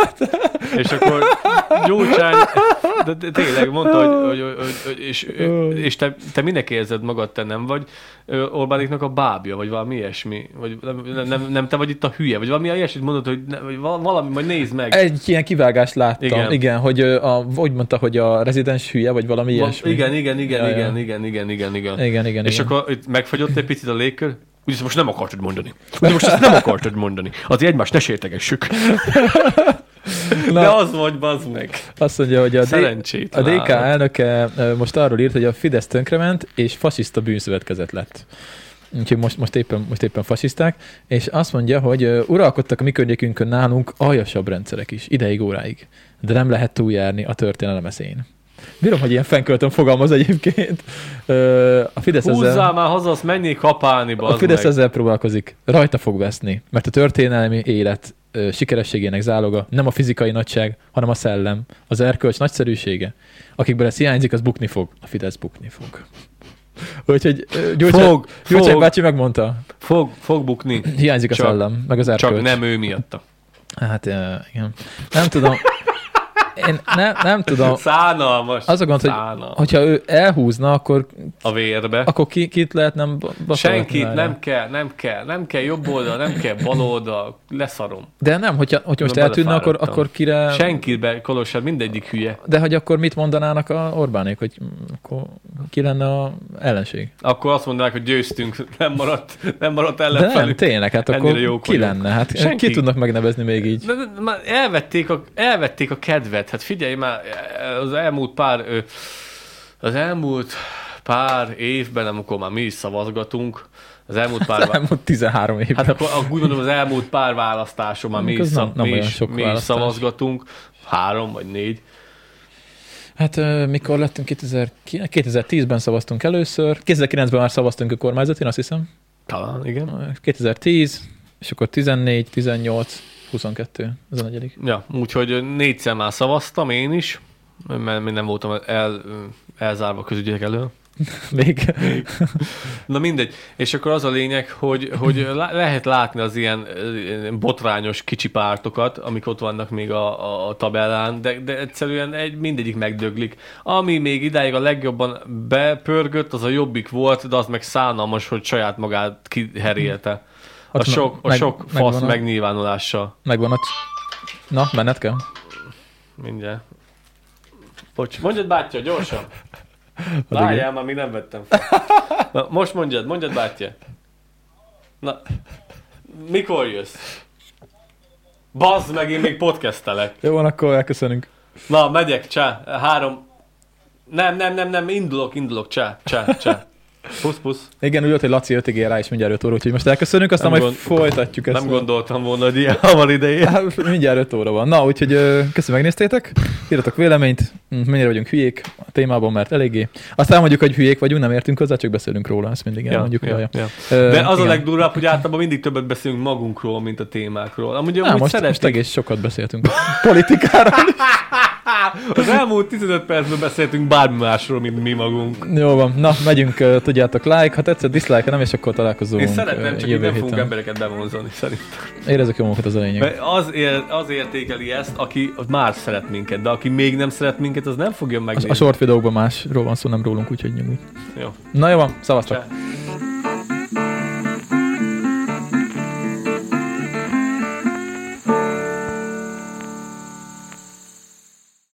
Speaker 2: És akkor Gyurcsány, de, de tényleg mondta, hogy, hogy, hogy, hogy és, és te, te minek érzed magad, te nem vagy ö, Orbániknak a bábja, vagy valami ilyesmi, vagy nem, nem, nem te vagy itt a hülye, vagy valami ilyesmit mondod, hogy ne, vagy valami, majd nézd meg.
Speaker 1: Egy ilyen kivágást láttam, igen,
Speaker 2: Igen.
Speaker 1: igen hogy ö, a, úgy mondta, hogy a rezidens hülye, vagy valami ilyesmi.
Speaker 2: Igen, igen, igen,
Speaker 1: Ja, ja.
Speaker 2: igen, igen, igen, igen, igen.
Speaker 1: Igen, igen,
Speaker 2: És
Speaker 1: igen.
Speaker 2: akkor itt megfagyott egy picit a légkör, úgyis most nem akartad mondani. Ugye most ezt nem akartad mondani. Azért egymást ne sértegessük.
Speaker 1: Na,
Speaker 2: De az vagy, bazd meg.
Speaker 1: azt mondja, hogy a, D- a
Speaker 2: Szerencsétlen
Speaker 1: dé ká
Speaker 2: állat.
Speaker 1: elnöke ö, most arról írt, hogy a Fidesz tönkrement, és fasiszta bűnszövetkezet lett. Úgyhogy most, most, éppen, most éppen fasiszták, és azt mondja, hogy ö, uralkodtak a mi környékünkön nálunk aljasabb rendszerek is, ideig, óráig. De nem lehet túljárni a történelem eszén. Bírom, hogy ilyen fenköltön fogalmaz egyébként. Ö, A Fidesz ezzel...
Speaker 2: Húzzál már haza, azt menjél kapálni,
Speaker 1: A
Speaker 2: bazd
Speaker 1: Fidesz
Speaker 2: meg.
Speaker 1: ezzel próbálkozik. Rajta fog veszni, mert a történelmi élet ö, sikerességének záloga nem a fizikai nagyság, hanem a szellem, az erkölcs nagyszerűsége. Akikből ez hiányzik, az bukni fog. A Fidesz bukni fog. Úgyhogy ö, Gyurcsány,
Speaker 2: Fog,
Speaker 1: Gyurcsány
Speaker 2: fog.
Speaker 1: bácsi megmondta,
Speaker 2: Fog, fog bukni.
Speaker 1: hiányzik a
Speaker 2: Csak-
Speaker 1: szellem, meg az erkölcs.
Speaker 2: Csak nem ő miatta.
Speaker 1: Hát ö, igen. Nem tudom. Én ne, nem tudom.
Speaker 2: Szánalmas.
Speaker 1: Az a gond, hogy
Speaker 2: Szánalmas.
Speaker 1: hogyha ő elhúzna, akkor,
Speaker 2: A vérbe.
Speaker 1: akkor ki, kit lehet nem baszogatni
Speaker 2: Senkit
Speaker 1: vele?
Speaker 2: nem kell, nem kell, nem kell jobb oldal, nem kell bal oldal, leszarom.
Speaker 1: De nem, hogyha, hogyha most
Speaker 2: Na,
Speaker 1: eltűnne, akkor,
Speaker 2: belefáradtam.
Speaker 1: akkor kire...
Speaker 2: Senkibe, Kolosár, mindegyik hülye.
Speaker 1: De hogy akkor mit mondanának a Orbánék, hogy mm, akkor ki lenne a ellenség?
Speaker 2: Akkor azt mondanák, hogy győztünk, nem maradt, nem maradt
Speaker 1: De nem,
Speaker 2: ellenfelük.
Speaker 1: tényleg, hát
Speaker 2: Ennyire
Speaker 1: akkor
Speaker 2: jók
Speaker 1: ki
Speaker 2: vagyunk.
Speaker 1: lenne? Hát
Speaker 2: Senki.
Speaker 1: ki tudnak megnevezni még így?
Speaker 2: De, de, már elvették, a, elvették a kedvet. Hát figyelj már, az elmúlt pár, ö, az elmúlt pár évben, amikor már mi is szavazgatunk, az elmúlt pár...
Speaker 1: Az elmúlt tizenhárom évben.
Speaker 2: Hát akkor, akkor úgy mondom, az elmúlt pár választáson már mi is,
Speaker 1: Ez nem-
Speaker 2: szav,
Speaker 1: nem
Speaker 2: mi
Speaker 1: olyan
Speaker 2: is,
Speaker 1: sok
Speaker 2: mi is
Speaker 1: választás.
Speaker 2: szavazgatunk. Három vagy négy.
Speaker 1: Hát ö, mikor lettünk kétezer-kilenc kétezer-tízben szavaztunk először, kétezer-kilencben már szavaztunk a kormányzat, én azt hiszem.
Speaker 2: Talán, igen.
Speaker 1: kétezer-tíz, és akkor tizennégy, tizennyolc, huszonkettő, ez a negyedik.
Speaker 2: Ja, úgyhogy négyszer már szavaztam én is. Mert még nem voltam el, elzárva közügyek elől.
Speaker 1: Még.
Speaker 2: Még. Na mindegy. És akkor az a lényeg, hogy, hogy lehet látni az ilyen botrányos kicsi pártokat, amik ott vannak még a, a, a tabellán, de, de egyszerűen egy, mindegyik megdöglik. Ami még idáig a legjobban bepörgött, az a Jobbik volt, de az meg szánalmas, hogy saját magát kiherélte. A sok, a
Speaker 1: meg,
Speaker 2: sok
Speaker 1: meg,
Speaker 2: fasz
Speaker 1: megvan
Speaker 2: megnyilvánulással.
Speaker 1: Megvan ott. Na, benned kell?
Speaker 2: Mindjárt. Bocs, mondjad bátyja, gyorsan. Várjál, már még nem vettem fel. Na, most mondjad, mondjad bátyja. Na, mikor jössz? Bazd meg, én még podcastelek.
Speaker 1: Jó van, akkor elköszönünk.
Speaker 2: Na, megyek, csá. Három. Nem, nem, nem, nem, indulok, indulok, csá, csá, csá. Pusz, pusz.
Speaker 1: Igen, úgy volt, hogy Laci öt rá is mindjárt öt óra, úgyhogy most elköszönünk, aztán nem majd gond... folytatjuk ezt.
Speaker 2: Nem gondoltam volna, hogy ilyen hamar idején.
Speaker 1: Hát, mindjárt öt óra van. Na, úgyhogy köszönöm, megnéztétek. Írjatok véleményt, mennyire vagyunk hülyék a témában, mert eléggé. Azt elmondjuk, hogy hülyék vagyunk, nem értünk hozzá, csak beszélünk róla, ezt mindig elmondjuk.
Speaker 2: Ja,
Speaker 1: ja,
Speaker 2: ja. Ja. De az igen. A legdurvább, hogy általában mindig többet beszélünk magunkról, mint a témákról. Amúgy,
Speaker 1: nem, most, most egész sokat beszéltünk politikáról.
Speaker 2: Az elmúlt tizenöt percben beszéltünk bármi másról, mint mi magunk.
Speaker 1: Jó van, na, megyünk, tudjátok, like, ha tetszett, dislike, ha nem, és akkor találkozunk.
Speaker 2: Én szeretném, csak így nem fogunk embereket bevonzani, szerintem.
Speaker 1: Érezzük jó magukat, az a lényeg.
Speaker 2: Az, ér, az értékeli ezt, aki már szeret minket, de aki még nem szeret minket, az nem fogja megnézni.
Speaker 1: A short videókban másról van szó, nem rólunk, úgyhogy nyugodj.
Speaker 2: Jó.
Speaker 1: Na jó van, szavaztok.